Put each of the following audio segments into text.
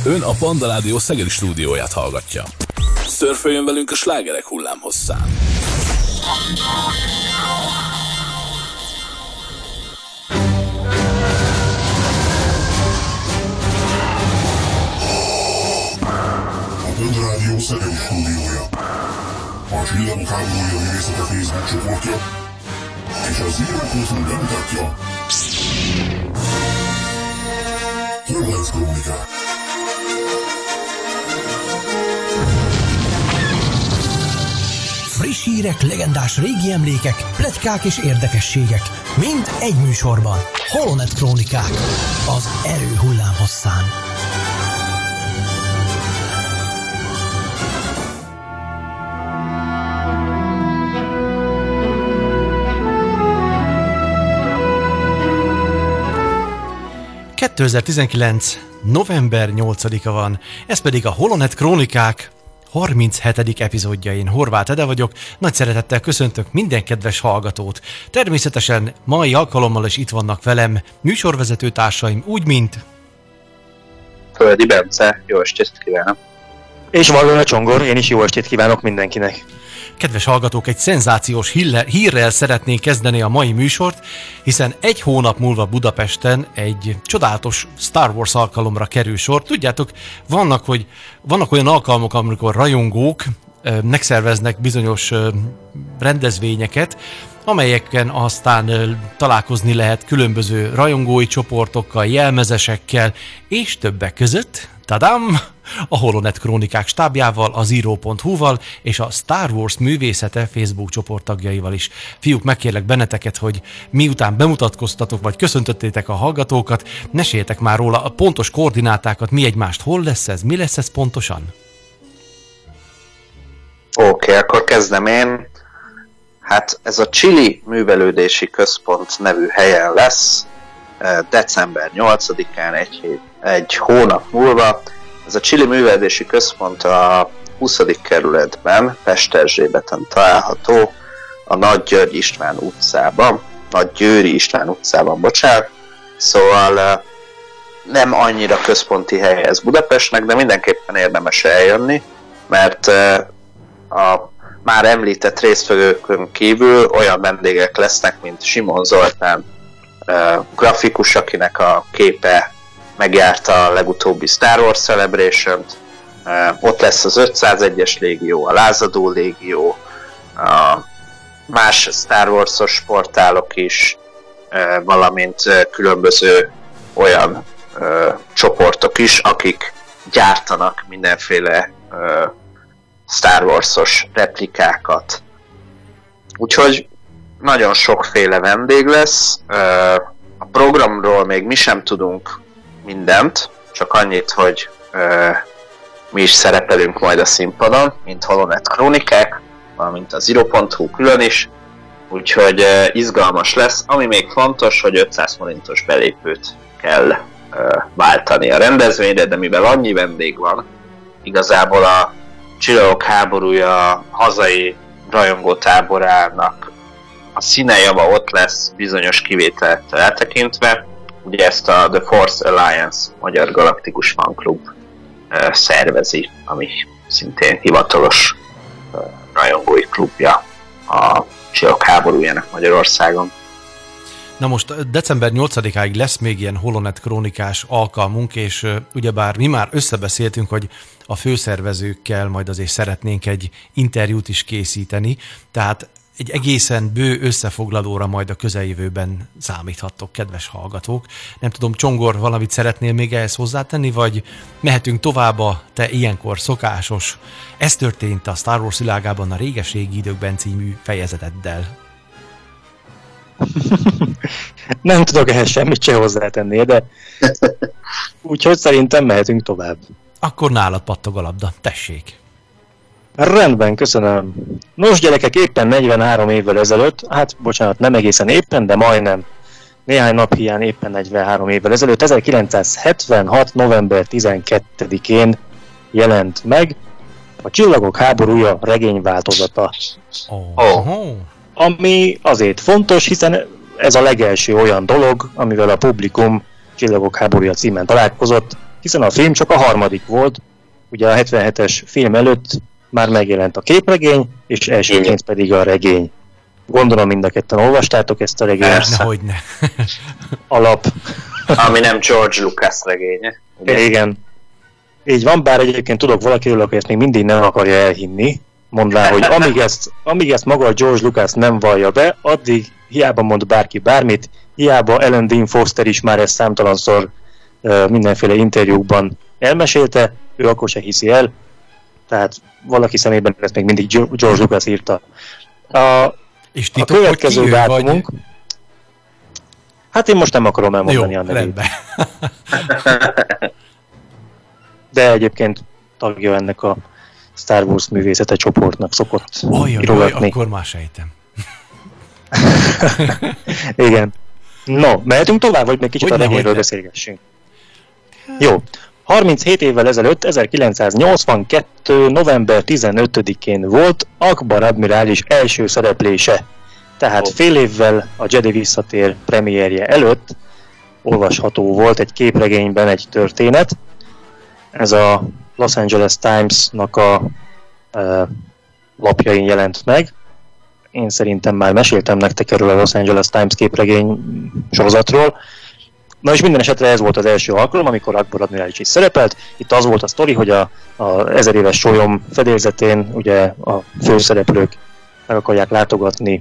Ön a Panda Rádió szegedi stúdióját hallgatja. Szörföljön velünk a slágerek hullámhosszán. A Panda Rádió szegedi stúdiója. A Csillagok háborúja művészete Facebook csoportja és az Zero.hu bemutatja HoloNet Krónikák. Friss hírek, legendás régi emlékek, pletykák és érdekességek. Mind egy műsorban. HoloNet Krónikák. Az erő hullámhosszán. ...2019. november 8-a van, ez pedig a HoloNet Krónikák 37. epizódja. Én Horváth Ede vagyok, nagy szeretettel köszöntök minden kedves hallgatót. Természetesen mai alkalommal is itt vannak velem műsorvezető társaim, úgy mint... Földi Bence, jó estét kívánok! És Varga Csongor, én is jó estét kívánok mindenkinek! Kedves hallgatók, egy szenzációs hírrel szeretnénk kezdeni a mai műsort, hiszen egy hónap múlva Budapesten egy csodálatos Star Wars alkalomra kerül sor. Tudjátok, vannak olyan alkalmak, amikor rajongók megszerveznek bizonyos rendezvényeket, amelyeken aztán találkozni lehet különböző rajongói csoportokkal, jelmezesekkel, és többek között, tadám, a HoloNet Krónikák stábjával, a Zero.hu-val és a Star Wars művészete Facebook csoporttagjaival is. Fiúk, megkérlek benneteket, hogy miután bemutatkoztatok, vagy köszöntöttétek a hallgatókat, meséljetek már róla a pontos koordinátákat, mi egymást, hol lesz ez, mi lesz ez pontosan? Oké, akkor kezdem én. Hát ez a Chili Művelődési Központ nevű helyen lesz, december 8-án, egy hónap múlva. Ez a Chili Művelődési Központ a 20. kerületben, Pesterzsébeten található, a Nagygyőri István utcában, bocsánat. Szóval nem annyira központi hely ez Budapestnek, de mindenképpen érdemes eljönni, mert a már említett résztvevőkön kívül olyan vendégek lesznek, mint Simon Zoltán, grafikus, akinek a képe megjárta a legutóbbi Star Wars Celebration-t. Ott lesz az 501-es légió, a lázadó légió, a más Star Wars-os sportálok is, valamint különböző olyan csoportok is, akik gyártanak mindenféle Star Wars-os replikákat. Úgyhogy nagyon sokféle vendég lesz. A programról még mi sem tudunk mindent, csak annyit, hogy mi is szerepelünk majd a színpadon, mint HoloNet Krónikák, valamint a Zero.hu külön is, úgyhogy izgalmas lesz. Ami még fontos, hogy 500 forintos belépőt kell váltani a rendezvényre, de mivel annyi vendég van, igazából a Csillagok háborúja hazai rajongótáborának a színejava ott lesz bizonyos kivételettől eltekintve. Ugye ezt a The Force Alliance Magyar Galaktikus Fanklub szervezi, ami szintén hivatalos rajongói klubja a Csillagok háborújának Magyarországon. Na most december 8-áig lesz még ilyen HoloNet krónikás alkalmunk, és ugyebár mi már összebeszéltünk, hogy a főszervezőkkel majd azért szeretnénk egy interjút is készíteni, tehát egy egészen bő összefoglalóra majd a közeljövőben számíthattok, kedves hallgatók. Nem tudom, Csongor, valamit szeretnél még ehhez hozzátenni, vagy mehetünk tovább a te ilyenkor szokásos "Ez történt a Star Wars világában a réges-régi időkben" című fejezeteddel? Nem tudok ehhez semmit se hozzátenni, de úgyhogy szerintem mehetünk tovább. Akkor nálad pattog a labda, tessék! Rendben, köszönöm. Nos gyerekek, éppen 43 évvel ezelőtt, nem egészen éppen, de majdnem, néhány nap hiány éppen 43 évvel ezelőtt, 1976. november 12-én jelent meg a Csillagok háborúja regényváltozata. Ami azért fontos, hiszen ez a legelső olyan dolog, amivel a publikum Csillagok háborúja címen találkozott, hiszen a film csak a harmadik volt, ugye a 77-es film előtt már megjelent a képregény, és elsőként pedig a regény. Gondolom mind a ketten olvastátok ezt a regényt. Hogyne. Alap. Ami nem George Lucas regénye. Ugye? Igen. Így van, bár egyébként tudok valakiről, aki ezt még mindig nem akarja elhinni, mondván, hogy amíg ezt maga a George Lucas nem vallja be, addig hiába mond bárki bármit, hiába Ellen Dean Foster is már ezt számtalanszor mindenféle interjúkban elmesélte, ő akkor se hiszi el, tehát valaki szemében ezt még mindig George Lucas írta. És a következő dátumunk... Hát én most nem akarom elmondani a nevét. De egyébként tagja ennek a Star Wars művészete csoportnak szokott írogatni. Akkor már sejtem. Igen. No, mehetünk tovább, vagy még kicsit a regényről beszélgessünk? Jó. 37 évvel ezelőtt, 1982. november 15-én volt Akbar admirális első szereplése. Tehát fél évvel a Jedi visszatér premierje előtt olvasható volt egy képregényben egy történet. Ez a Los Angeles Times-nak a lapjain jelent meg. Én szerintem már meséltem nektek erről a Los Angeles Times képregény sorozatról. Na és minden esetre ez volt az első alkalom, amikor Akbar admirális is szerepelt. Itt az volt a sztori, hogy a 1000 éves sólyom fedélzetén ugye a főszereplők meg akarják látogatni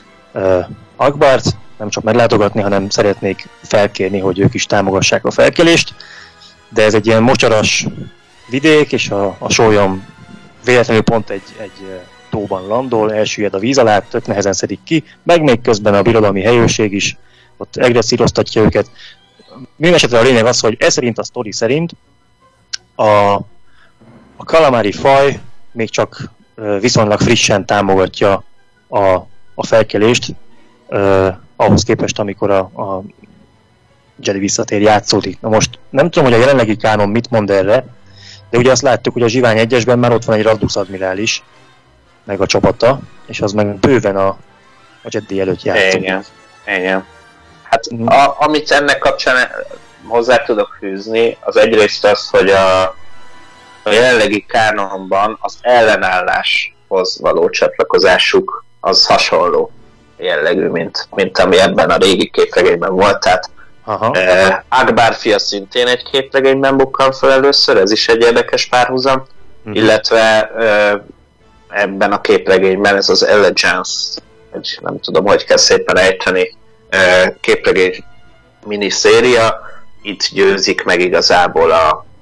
Akbart, nem csak meglátogatni, hanem szeretnék felkérni, hogy ők is támogassák a felkelést. De ez egy ilyen mocsaras vidék, és a sólyom véletlenül pont egy tóban landol, elsüllyed a víz alá, tök nehezen szedik ki, meg még közben a birodalmi helyőrség is ott egresszíroztatja őket. Mindenesetre a lényeg az, hogy ez szerint a sztori szerint a kalamári faj még csak viszonylag frissen támogatja a felkelést, ahhoz képest, amikor a Jedi visszatér játszódik. Na most nem tudom, hogy a jelenlegi kánon mit mond erre, de ugye azt láttuk, hogy a Zsivány 1-esben már ott van egy Radus admirális, meg a csapata, és az meg bőven a Jedi előtt játszik. Igen. Hát amit ennek kapcsán hozzá tudok fűzni, az egyrészt az, hogy a jelenlegi kánonban az ellenálláshoz való csatlakozásuk az hasonló jellegű, mint ami ebben a régi képregényben volt. Tehát Akbar fia szintén egy képregényben bukkan fel először, ez is egy érdekes párhuzam, illetve ebben a képregényben ez az Allegiance, nem tudom, hogy kell szépen ejteni, képregény miniszéria, itt győzik meg igazából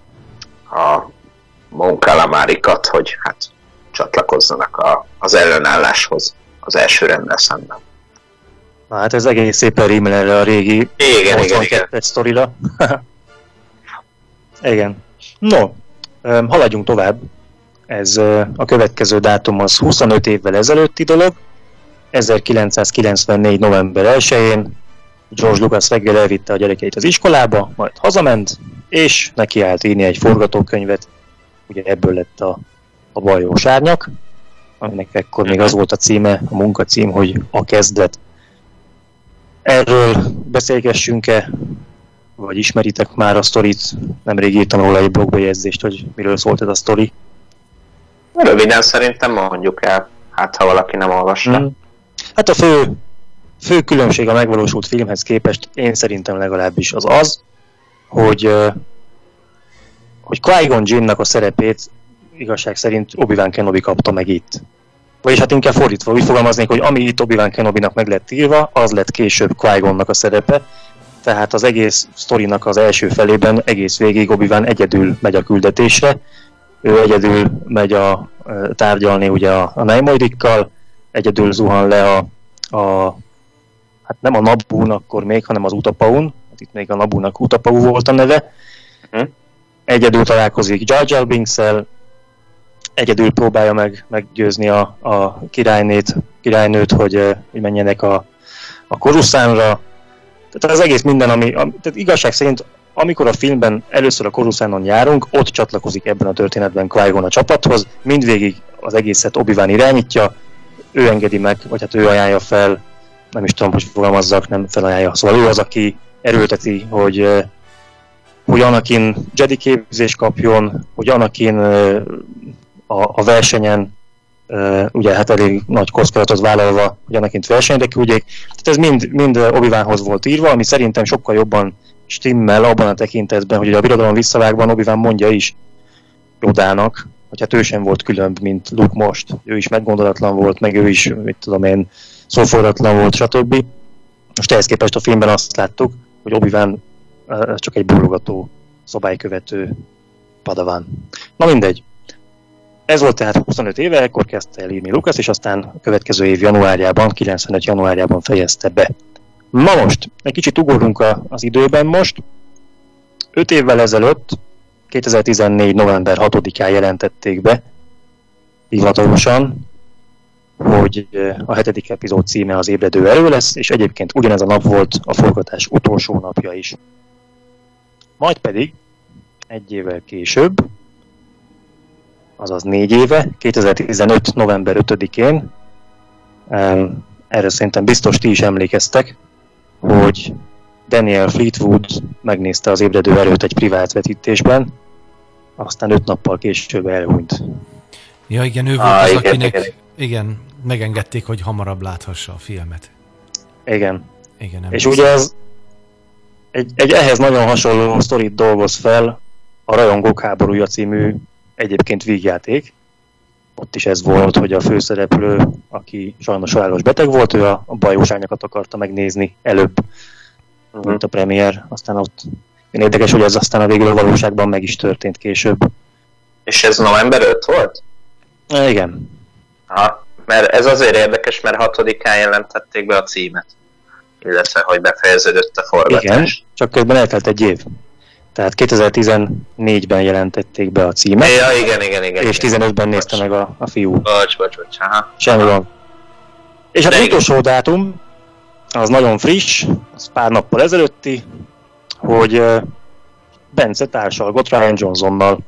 a Mon Calamárikat, hogy hát csatlakozzanak az ellenálláshoz az első rendel szemben. Na hát ez egész szépen rímel erre a régi 82-es sztorira. Igen. No, haladjunk tovább. Ez a következő dátum az 25 évvel ezelőtti dolog. 1994. november 1-én George Lucas reggel elvitte a gyerekeit az iskolába, majd hazament, és neki állt írni egy forgatókönyvet. Ugye ebből lett a Bajós Árnyak, aminek ekkor még az volt a címe, a munkacím, hogy A kezdet. Erről beszélgessünk-e, vagy ismeritek már a sztorit? Nemrég írtam róla egy blogbejegyzést, hogy miről szólt ez a sztori. Röviden szerintem mondjuk el, hát ha valaki nem olvassa. Hát a fő különbség a megvalósult filmhez képest, én szerintem legalábbis az, hogy Qui-Gon Jinnnak a szerepét igazság szerint Obi-Wan Kenobi kapta meg itt. Vagyis hát inkább fordítva, úgy fogalmaznék, hogy ami itt Obi-Wan Kenobinak meg lett írva, az lett később Qui-Gonnak a szerepe. Tehát az egész sztorinak az első felében egész végig Obi-Wan egyedül megy a küldetésre. Ő egyedül megy tárgyalni ugye a Neimoidikkal, egyedül zuhan le hát nem a Nabún akkor még, hanem az Utapaun. Hát itt még a Nabúnak Utapau volt a neve. Egyedül találkozik Jar Jar Binks-szel, egyedül próbálja meggyőzni a királynőt, hogy menjenek a Coruscánra. Tehát az egész minden, tehát igazság szerint, amikor a filmben először a Coruscanton járunk, ott csatlakozik ebben a történetben Qui-Gon a csapathoz, mindvégig az egészet Obi-Wan irányítja, ő engedi meg, vagy hát ő ajánlja fel, nem is tudom, hogy fogalmazzak, nem felajánlja. Szóval ő az, aki erőlteti, hogy hogy Anakin Jedi képzést kapjon, hogy Anakin a versenyen ugye hát elég nagy kockázatot vállalva, hogy Anakint versenyre küldjék. Tehát ez mind Obi-Wanhoz volt írva, ami szerintem sokkal jobban stimmel abban a tekintetben, hogy a Birodalom visszavágban Obi-Wan mondja is Yodának, hogy hát ő sem volt különb, mint Luke most. Ő is meggondolatlan volt, meg ő is, mit tudom én, szófordatlan volt, stb. Most ehhez képest a filmben azt láttuk, hogy Obi-Wan csak egy bólogató, szabálykövető padawan. Na mindegy. Ez volt tehát 25 éve, ekkor kezdte el írni Lucas, és aztán a következő év januárjában, 95 januárjában fejezte be. Na most, egy kicsit ugorunk az időben most. 5 évvel ezelőtt, 2014. november 6-án jelentették be, hivatalosan, hogy a 7. epizód címe az Ébredő erő lesz, és egyébként ugyanez a nap volt a forgatás utolsó napja is. Majd pedig, egy évvel később, azaz 4 éve, 2015. november 5-én, erre szerintem biztos ti is emlékeztek, hogy Daniel Fleetwood megnézte az Ébredő erőt egy privát vetítésben, aztán 5 nappal később elhunyt. Ja igen, ő volt az, akinek igen, megengedték, hogy hamarabb láthassa a filmet. Igen. Igen, és ugye az egy ehhez nagyon hasonló sztorit dolgoz fel a Rajongók háborúja című egyébként vígjáték. Ott is ez volt, hogy a főszereplő, aki sajnos halálos beteg volt, ő a bajósányokat akarta megnézni előbb, mint a premier. Aztán ott érdekes, hogy ez aztán a végül a valóságban meg is történt később. És ez november 5 volt? Igen. Mert ez azért érdekes, mert 6-án jelentették be a címet. Illetve, hogy befejeződött a forgatás. Igen, csak közben eltelt egy év. Tehát 2014-ben jelentették be a címet. Ja, igen. És 15-ben nézte meg a fiú. Bocs. Aha. Semmi van. És az utolsó dátum, az nagyon friss, az pár nappal ezelőtti, hogy Bence társalgott Rian Johnsonnal.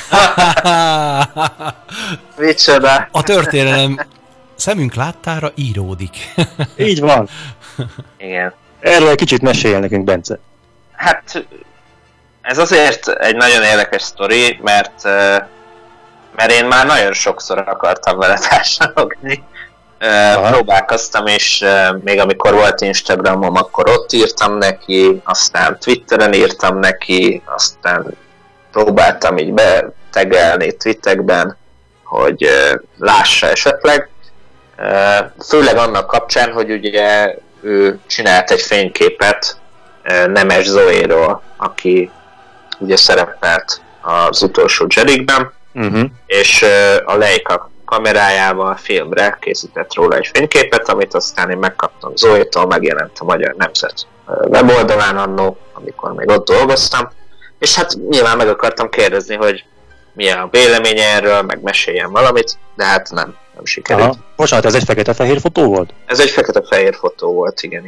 Micsoda? A történelem szemünk láttára íródik. Így van. Igen. Erről egy kicsit mesélj nekünk, Bence. Hát ez azért egy nagyon érdekes sztori, mert én már nagyon sokszor akartam vele társalogni. Próbálkoztam, és még amikor volt Instagramom, akkor ott írtam neki, aztán Twitteren írtam neki, aztán próbáltam így betegelni tweetekben, hogy lássa esetleg. Főleg annak kapcsán, hogy ugye ő csinált egy fényképet Nemes Zoéról, aki ugye szerepelt az utolsó Jedikben, és a Leica kamerájával filmre készített róla egy fényképet, amit aztán én megkaptam Zoétól, megjelent a Magyar Nemzet weboldalán annó, amikor még ott dolgoztam, és hát nyilván meg akartam kérdezni, hogy milyen a véleménye erről, meg meséljen valamit, de hát nem sikerült. Aha. Bocsánat, ez egy fekete-fehér fotó volt? Ez egy fekete-fehér fotó volt, igen.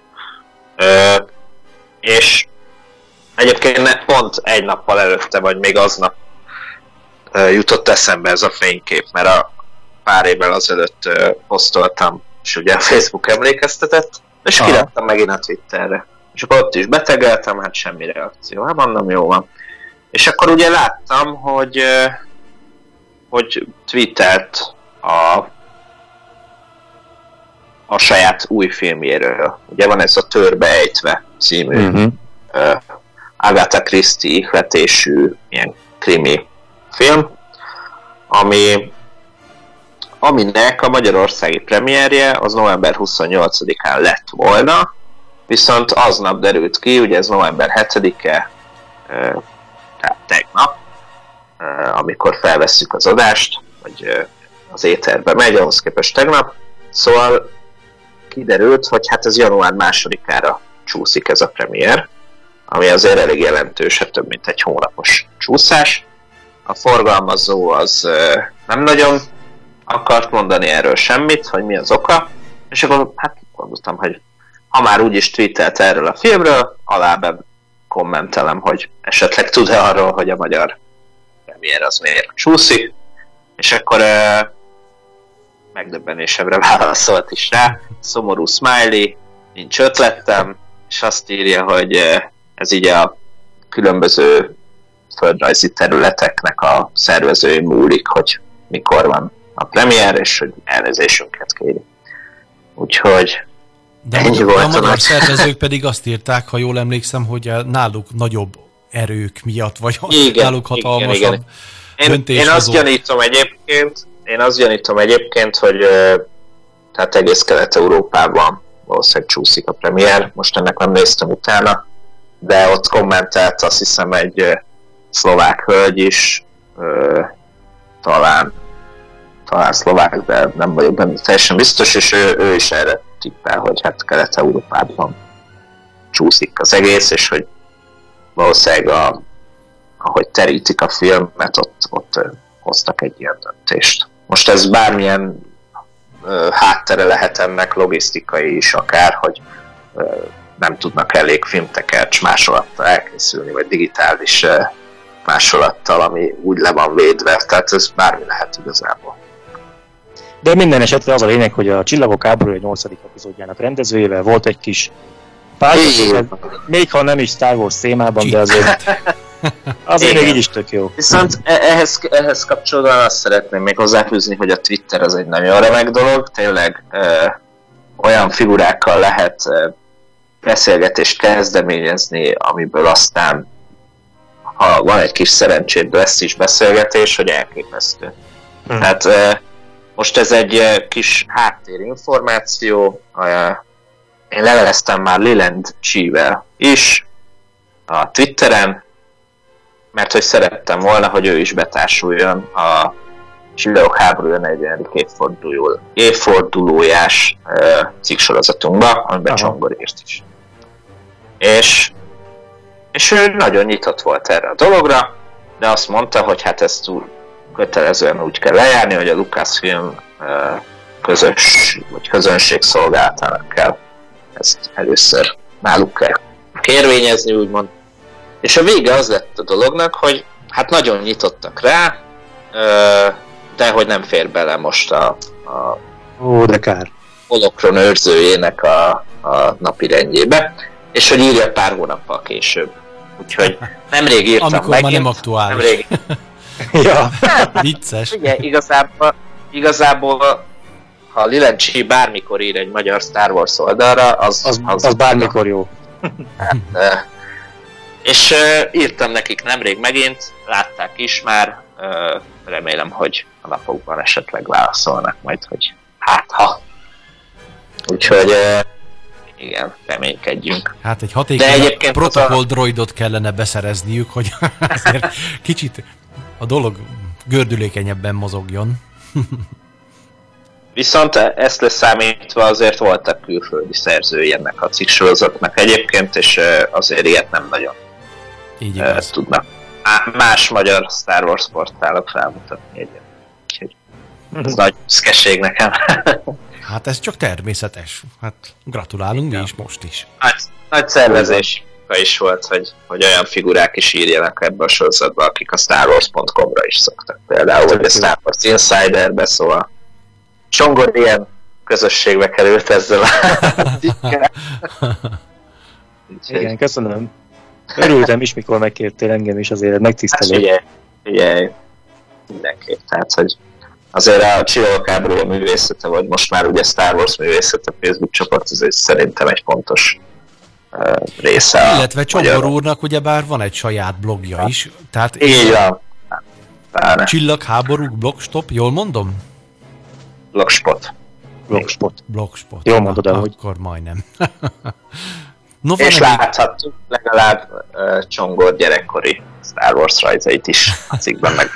És egyébként pont egy nappal előtte, vagy még aznap jutott eszembe ez a fénykép, mert a pár évvel azelőtt posztoltam, és ugye a Facebook emlékeztetett, és kiraktam megint a Twitterre. És akkor ott is betegeltem, hát semmi reakció. Hát mondom, jó van. És akkor ugye láttam, hogy tweetelt a saját új filmjéről. Ugye van ez a Törbe ejtve című Agatha Christie ihletésű ilyen krimi film, aminek a magyarországi premierje az november 28-án lett volna, viszont aznap derült ki, ugye ez november 7-e, tehát tegnap, amikor felvesszük az adást, vagy az éterbe megy, ahhoz képest tegnap, szóval kiderült, hogy hát ez január 2-ára csúszik ez a premier, ami azért elég jelentős, több mint egy hónapos csúszás. A forgalmazó az nem nagyon akart mondani erről semmit, hogy mi az oka, és akkor hát gondoltam, hogy ha már úgyis tweetelt erről a filmről, alá kommentelem, hogy esetleg tud-e arról, hogy a magyar premier az miért csúszik, és akkor megdöbbenésemre válaszolt is rá, szomorú smiley, nincs ötletem, és azt írja, hogy ez így a különböző földrajzi területeknek a szervezői múlik, hogy mikor van a premier, és hogy elnézésünket kéri. Úgyhogy de a magyar szervezők pedig azt írták, ha jól emlékszem, hogy náluk nagyobb erők miatt, vagy náluk hatalmasabb döntéshozók. Én azt gyanítom egyébként, hogy tehát egész Kelet-Európában valószínűleg csúszik a premier. Most ennek nem néztem utána, de ott kommentelt azt hiszem egy szlovák hölgy is, talán szlovák, de nem vagyok benne teljesen biztos, és ő is erre tippel, hogy hát Kelet-Európában csúszik az egész, és hogy valószínűleg ahogy terítik a filmet, ott hoztak egy ilyen döntést. Most ez bármilyen háttere lehet ennek, logisztikai is akár, hogy nem tudnak elég filmtekercs másolattal elkészülni, vagy digitális másolattal, ami úgy le van védve, tehát ez bármi lehet igazából. De minden esetre az a lényeg, hogy a Csillagok háborúja 8. epizódjának rendezőjével volt egy kis pályázat, még ha nem is Star Wars témában, de azért még így is tök jó. Viszont ehhez kapcsolódóan azt szeretném még hozzáfűzni, hogy a Twitter az egy nagyon remek dolog, tényleg olyan figurákkal lehet beszélgetést kezdeményezni, amiből aztán, ha van egy kis szerencséd, lesz is beszélgetés, hogy elképesztő. Tehát most ez egy kis háttérinformáció, én leveleztem már Leland Chi-vel is a Twitteren, mert hogy szerettem volna, hogy ő is betársuljon a Csillagok háborúja 40. évfordulójás cikksorozatunkba, amiben Csongor írt is. És ő nagyon nyitott volt erre a dologra, de azt mondta, hogy hát ezt kötelezően úgy kell lejárni, hogy a Lucasfilm közönségszolgálatának kell ezt először náluk kell kérvényezni, úgymond. És a vége az lett a dolognak, hogy hát nagyon nyitottak rá, de hogy nem fér bele most a de kár. Holokron őrzőjének a napirendjébe, és hogy írja pár hónappal később. Úgyhogy nemrég írtam amikor megint. Amikor már nem aktuális. Nemrég... Ja. Vicces. Ugye, igazából ha Leland Chi bármikor ír egy magyar Star Wars oldalra, az bármikor jó. Hát, és írtam nekik nemrég megint, látták is már, remélem, hogy a napokban esetleg válaszolnak majd, hogy hát ha. Úgyhogy igen, reménykedjünk. Hát egy hatékony protokoll droidot kellene beszerezniük, hogy azért kicsit a dolog gördülékenyebben mozogjon. Viszont ezt leszámítva azért voltak külföldi szerzői ennek a cikksorozatnak egyébként, és azért ilyet nem nagyon tudnak más magyar Star Wars portálok felmutatni egyébként. Úgyhogy ez nagy büszkeség nekem. Hát ez csak természetes. Hát gratulálunk mi is most is. Nagy szervezés is volt, hogy olyan figurák is írjanak ebbe a sorozatba, akik a StarWars.com-ra is szoktak például, vagy a Star Wars Insiderbe, szóval Csongor ilyen közösségbe került ezzel a cikkel. Igen, köszönöm. Örültem is, mikor megkértél engem is, azért megtisztelő. Hát figyelj, mindenképp. Tehát, hogy azért a Csillagok háborúja művészete, vagy most már ugye Star Wars művészete Facebook csoport, ez szerintem egy fontos része. Illetve Csongor úrnak ugyebár van egy saját blogja is. Tehát így van. Csillagháborúk Blogstop, jól mondom? Blogspot. Jól mondod, ahogy. Akkor majdnem. No, és láthattuk legalább Csongor gyerekkori Star Wars rajzait is a cikkben meg.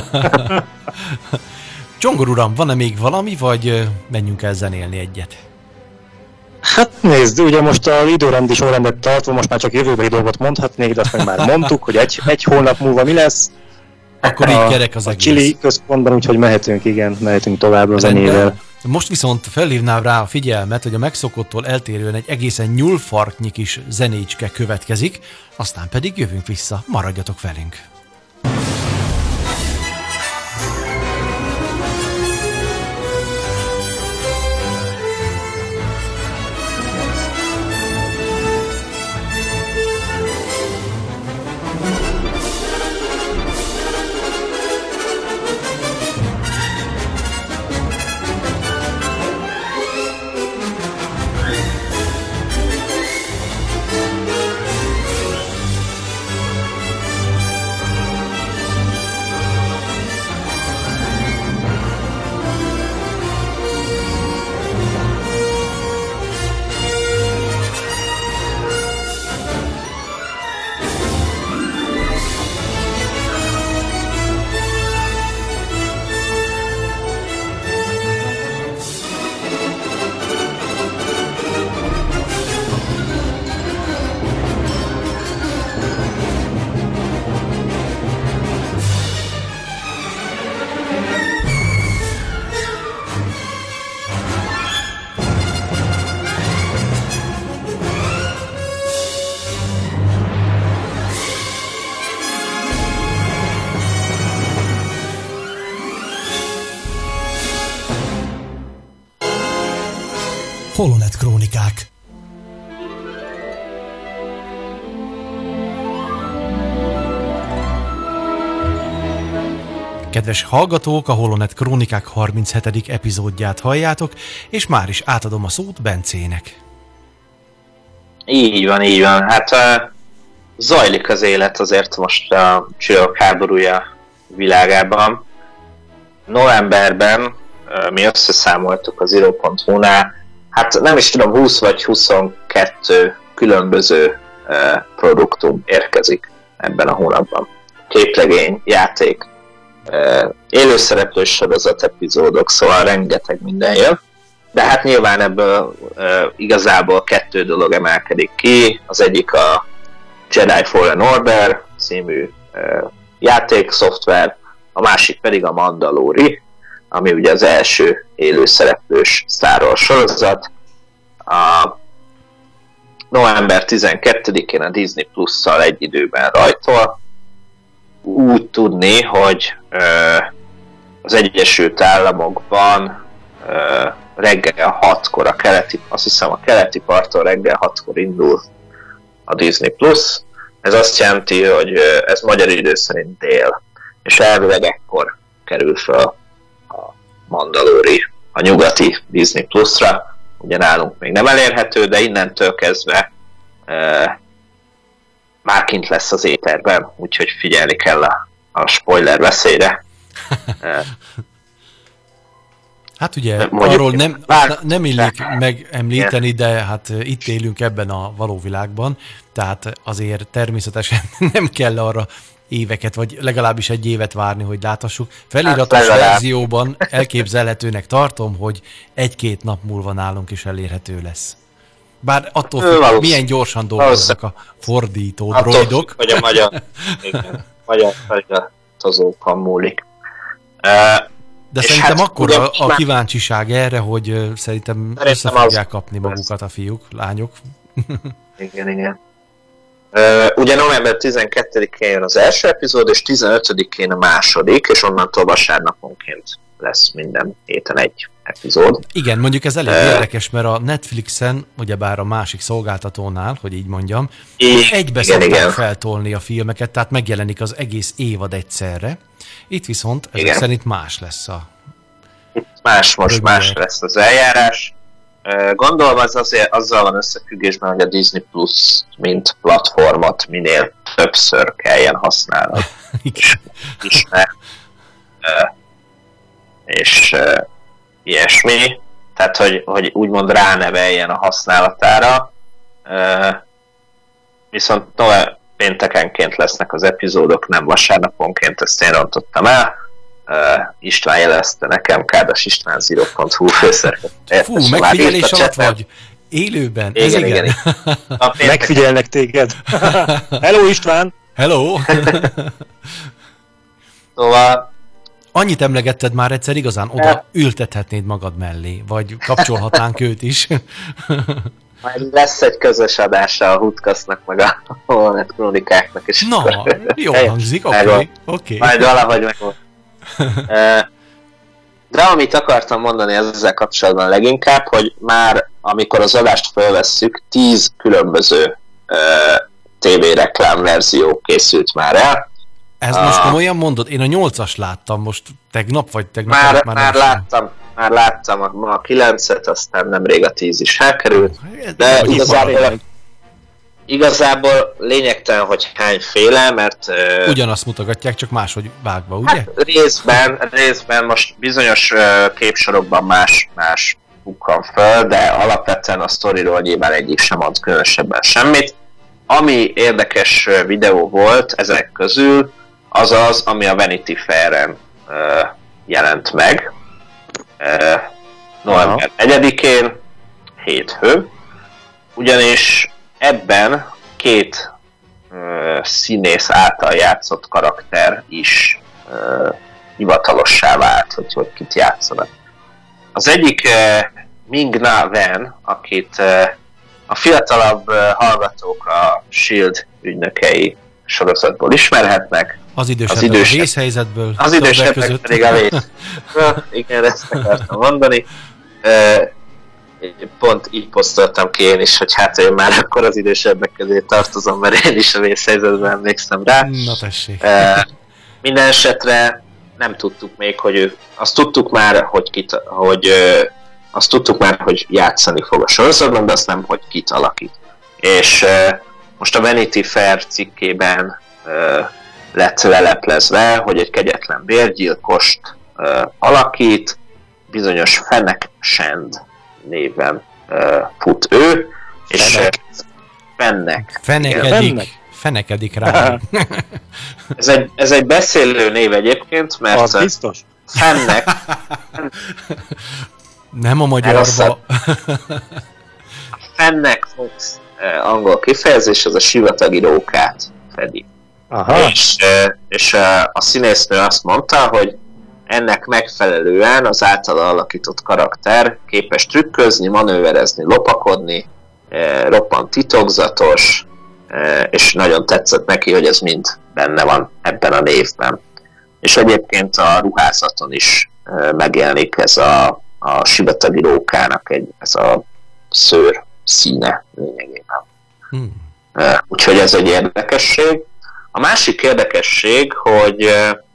Csongor uram, van-e még valami, vagy menjünk el zenélni egyet? Hát nézd, ugye most a időrendi sorrendet tartva most már csak jövőbeli dolgot mondhatnék, de azt meg már mondtuk, hogy egy hónap múlva mi lesz. Akkor így kerek az a egész. Chili központban, úgyhogy mehetünk tovább a zenével. Most viszont felhívnám rá a figyelmet, hogy a megszokottól eltérően egy egészen nyúlfarknyi kis zenécske következik, aztán pedig jövünk vissza, maradjatok velünk! Holonet Krónikák. Kedves hallgatók, a Holonet Krónikák 37. epizódját halljátok, és már is átadom a szót Bencének. Így van, így van. Hát zajlik az élet azért most a Csillagok háborúja világában. Novemberben mi összeszámoltuk az iro.hu-nál, hát nem is tudom, 20 vagy 22 különböző produktum érkezik ebben a hónapban. Képregény, játék, élőszereplős sorozat epizódok, szóval rengeteg minden jön. De hát nyilván ebből igazából 2 dolog emelkedik ki. Az egyik a Jedi Fallen Order című játékszoftver, a másik pedig a Mandalori, ami ugye az első élőszereplős Star Wars sorozat. A november 12-én a Disney Plus-szal egy időben rajtol. Úgy tudni, hogy az Egyesült Államokban reggel 6-kor azt hiszem a keleti parton reggel 6-kor indul a Disney Plus. Ez azt jelenti, hogy ez magyar idő szerint dél, és elvileg ekkor kerül fel a Mandalori a nyugati Disney Plus-ra. Ugye nálunk még nem elérhető, de innentől kezdve már kint lesz az éterben, úgyhogy figyelni kell a spoiler veszélyre. Hát ugye arról nem illik megemlíteni, de hát itt élünk ebben a való világban, tehát azért természetesen nem kell arra éveket, vagy legalábbis egy évet várni, hogy láthassuk. Feliratos verzióban elképzelhetőnek tartom, hogy 1-2 nap múlva nálunk is elérhető lesz. Bár attól függ, milyen gyorsan dolgoznak a fordító droidok. Hogy a magyar feliratozókon múlik. De szerintem hát, akkor a kíváncsiság erre, hogy szerintem össze fogják kapni magukat a fiúk, lányok. Igen. Ugye november 12-én jön az első epizód, és 15-én a második, és onnantól vasárnaponként lesz minden héten egy epizód. Igen, mondjuk ez elég érdekes, mert a Netflixen, ugyebár a másik szolgáltatónál, hogy így mondjam, egybe szokták feltolni a filmeket, tehát megjelenik az egész évad egyszerre. Itt viszont ezek szerint más lesz Itt most más lesz az eljárás. Gondolom az azért azzal van összefüggésben, hogy a Disney Plus mint platformot minél többször kelljen használni. És ilyesmi. Tehát, hogy úgymond ráneveljen a használatára. Viszont péntekenként lesznek az epizódok, nem vasárnaponként, ezt én rontottam el. István jelezte nekem, Kádas István az iro.hu főszerkesztő. Fú, megfigyelés alatt vagy? Élőben? Igen. Megfigyelnek téged. Hello István! Hello! Szóval... Annyit emlegetted már egyszer, igazán oda ültethetnéd magad mellé, vagy kapcsolhatnánk őt is. Majd lesz egy közös adása a Hudkasznak, meg a Holonet Krónikáknak. És na, jól hangzik, oké. Majd valahogy megvan. De amit akartam mondani ezzel kapcsolatban leginkább, hogy már amikor az adást felvesszük, 10 különböző TV-reklám verzió készült már el. Ez most komolyan mondod? Én a 8-as láttam most tegnap, vagy tegnap? Már láttam a 9-et, aztán nemrég a 10 is elkerült. De igazából lényegtelen, hogy hányféle, mert... Ugyanazt mutogatják, csak máshogy vágva, ugye? Hát részben most bizonyos képsorokban más bukkan föl, de alapvetően a sztoriról nyilván egyik sem ad különösebben semmit. Ami érdekes videó volt ezek közül, az az, ami a Vanity Fair-en jelent meg. November 4-én, hétfő. Ugyanis ebben 2 színész által játszott karakter is hivatalossá vált, hogy kit játszanak. Az egyik Ming-Na Wen, akit a fiatalabb hallgatók a S.H.I.E.L.D. ügynökei sorozatból ismerhetnek. Az idősebbek a vészhelyzetből. Az idősebbek pedig a vészhelyzetből. Igen, ezt akartam mondani. pont így posztoltam ki én is, hogy hát én már akkor az idősebbek közé tartozom, mert én is a vészhelyzetben emlékszem rá. Na tessék. Minden esetre nem tudtuk még, hogy ő... Azt tudtuk már, hogy játszani fog a sorozatban, de azt nem, hogy kit alakít. És most a Vanity Fair cikkében lett leleplezve, hogy egy kegyetlen bérgyilkost alakít, bizonyos Fennec Shand néven fut ő, és Fenekedik rá. Ez egy beszélő név egyébként, mert az biztos? Fennec... Nem a magyarba. Fennec Fox angol kifejezés, az a sivatagi rókát fedi. Aha. És a színésznő azt mondta, hogy ennek megfelelően az általa alakított karakter képes trükközni, manőverezni, lopakodni, roppant titokzatos, és nagyon tetszett neki, hogy ez mind benne van ebben a névben. És egyébként a ruházaton is megjelenik ez a sivatagi rókának ez a szőr színe lényegében. Úgyhogy ez egy érdekesség. A másik érdekesség, hogy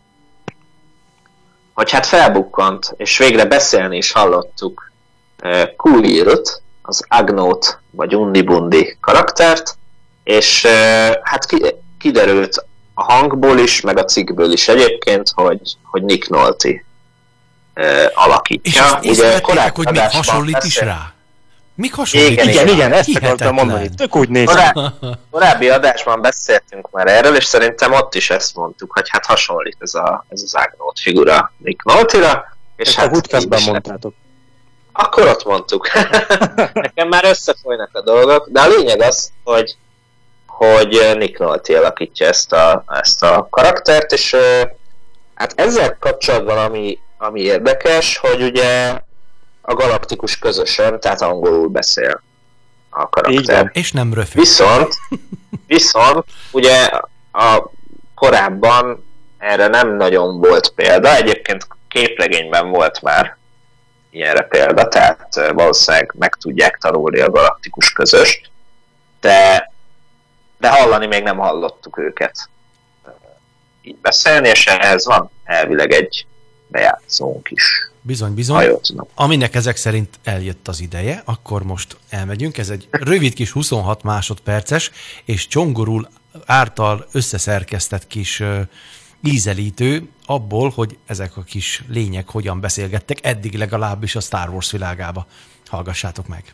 hát felbukkant, és végre beszélni is hallottuk Kulilt, az Agnót, vagy Undibundi karaktert, és hát kiderült a hangból is, meg a cikkből is egyébként, hogy Nick Nolte alakítja. És ugye korábban hogy még hasonlít is rá? Mik hasonlít? Igen, ezt akartam mondani. Tök úgy néz. Korábbi adásban beszéltünk már erről, és szerintem ott is ezt mondtuk, hogy hát hasonlít ez az Agnót figura Nick Nolte-ra. És hát a Woodcast-ban mondtátok. Akkor ott mondtuk. Nekem már összefolynak a dolgok, de a lényeg az, hogy Nick Nolte alakítja ezt a karaktert, és hát ezzel kapcsolatban ami érdekes, hogy ugye a galaktikus közösen, tehát angolul beszél a karakter. És nem röfő. Viszont ugye korábban erre nem nagyon volt példa, egyébként képregényben volt már ilyenre példa, tehát valószínűleg meg tudják tanulni a galaktikus közöst, de hallani még nem hallottuk őket így beszélni, és ehhez van elvileg egy bejátszónk is. Bizony. Hajóznak. Aminek ezek szerint eljött az ideje, akkor most elmegyünk. Ez egy rövid kis 26 másodperces, és Csongorul által összeszerkesztett kis ízelítő abból, hogy ezek a kis lények hogyan beszélgettek, eddig legalábbis a Star Wars világába. Hallgassátok meg!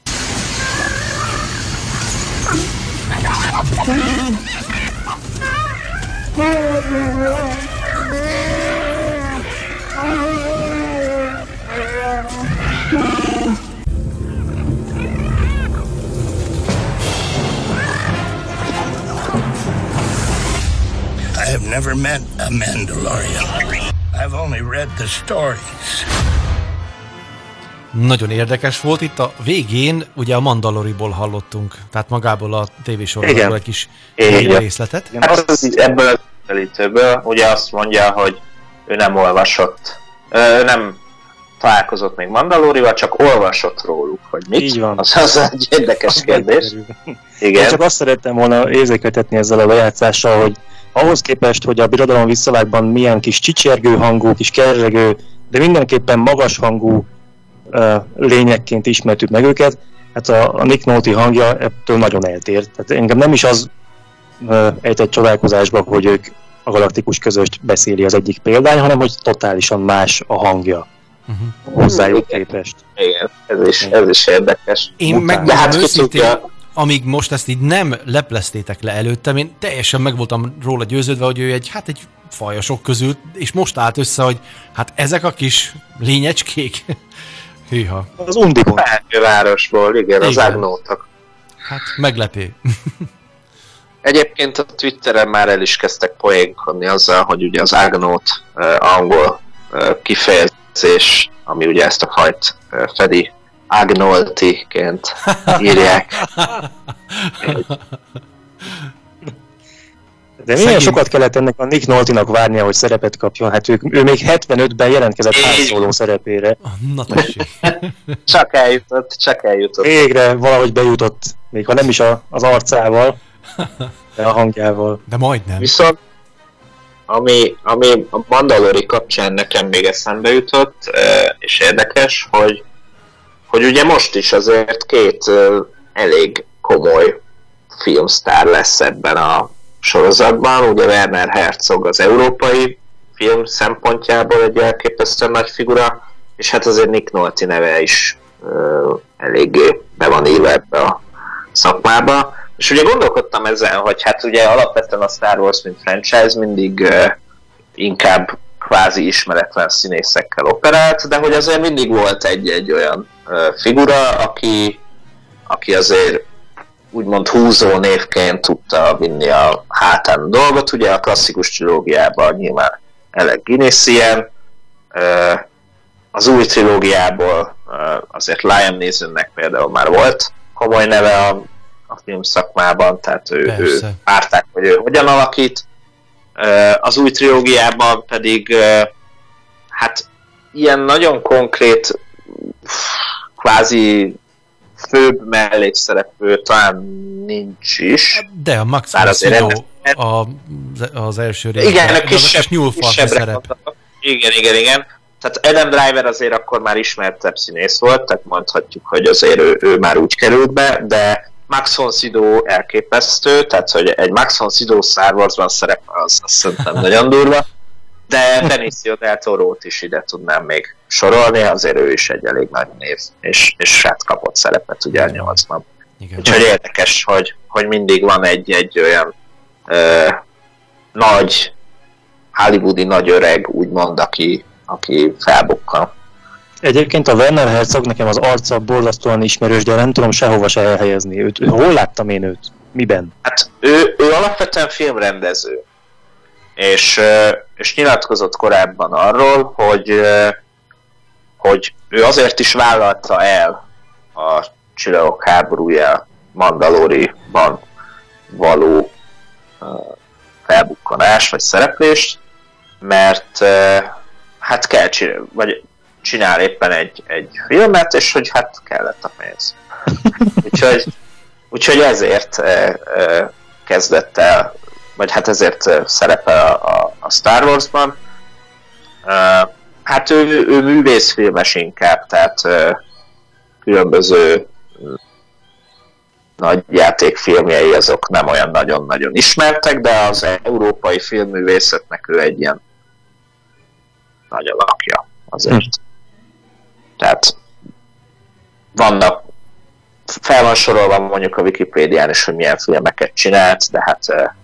I have never met a Mandalorian. I've only read the stories. Nagyon érdekes volt. Itt a végén ugye a Mandaloriból hallottunk, tehát magából a tévésorozatból egy kis részletet. Ebből az elítőből ugye azt mondja, hogy ő nem olvasott, nem találkozott még Mandalorival, csak olvasott róluk, hogy mit. Így van. Az egy érdekes kérdés. Igen. Én csak azt szerettem volna érzékeltetni ezzel a bejátszással, hogy ahhoz képest, hogy a Birodalom visszavágban milyen kis csicsergő hangú, kis kerzsegő, de mindenképpen magas hangú lényekként ismertük meg őket, hát a Nick Nolte hangja ettől nagyon eltér. Tehát engem nem is az ejtett csodálkozásba, hogy ők a galaktikus közöst beszéli az egyik példány, hanem hogy totálisan más a hangja hozzájuk képest. Igen, ez is érdekes. Én megmondom őszintén, amíg most ezt így nem lepleztétek le előttem, én teljesen meg voltam róla győződve, hogy ő egy fajosok közül, és most állt össze, hogy hát ezek a kis lényecskék. Hűha. Az Undibon. Felhővárosból, igen, az Agnótak. Hát meglepő. Egyébként a Twitteren már el is kezdtek poénkodni azzal, hogy ugye az Agnót angol kifejezés, ami ugye ezt a fajt fedi, Agnolti-ként írják. De milyen sokat kellett ennek a Nick Nolte-nak várnia, hogy szerepet kapjon? Hát ő még 75-ben jelentkezett Han Solo szerepére. Na tessék. Csak eljutott. Végre valahogy bejutott, még ha nem is az arcával, de a hangjával. De majdnem. Viszont ami a Mandalori kapcsán nekem még eszembe jutott, és érdekes, hogy ugye most is azért két elég komoly filmsztár lesz ebben a sorozatban. Ugye Werner Herzog az európai film szempontjából egy elképesztően nagy figura, és hát azért Nick Nolte neve is eléggé be van írva ebbe a szakmába. És ugye gondolkodtam ezen, hogy hát ugye alapvetően a Star Wars mint franchise mindig inkább kvázi ismeretlen színészekkel operált, de hogy azért mindig volt egy olyan figura, aki azért úgymond húzó névként tudta vinni a hátán a dolgot. Ugye a klasszikus trilógiában nyilván Alec Guinness ilyen, az új trilógiából azért Liam Neesonnek például már volt komoly neve a film szakmában, tehát ő várták, hogy ő hogyan alakít. Az új trilógiában pedig hát ilyen nagyon konkrét kvázi főbb mellékszereplő talán nincs is. De a Max von Sydow az első részben. Igen, a kisebbre. Igen. Tehát Adam Driver azért akkor már ismertebb színész volt, tehát mondhatjuk, hogy azért ő már úgy került be, de Max von Sydow elképesztő, tehát hogy egy Max von Sydow Star Warsban szerepel, az szerintem nagyon durva, de Benicio del Torót is ide tudnám még sorolni, azért ő is egy elég nagy név, és hát kapott szerepet ugye a 8-ban. Úgyhogy érdekes, hogy mindig van egy olyan nagy hollywoodi nagy öreg, úgymond, aki felbukkan. Egyébként a Werner Herzog nekem az arca borzasztóan ismerős, de nem tudom sehova se elhelyezni. Hol láttam én őt? Miben? Hát ő alapvetően filmrendező. És nyilatkozott korábban arról, hogy ő azért is vállalta el a Csillagok háborúja Mandaloriban való felbukkanás vagy szereplést, mert hát kell csinál éppen egy filmet, és hogy hát kellett a pénz. Úgyhogy ezért kezdett el, vagy hát ezért szerepel a Star Wars-ban. Hát ő művészfilmes inkább, tehát különböző nagy játékfilmjei azok nem olyan nagyon-nagyon ismertek, de az európai filmművészetnek ő egy ilyen nagy alakja azért. Tehát vannak, fel van sorolva mondjuk a Wikipédián is, hogy milyen filmeket csinált, de hát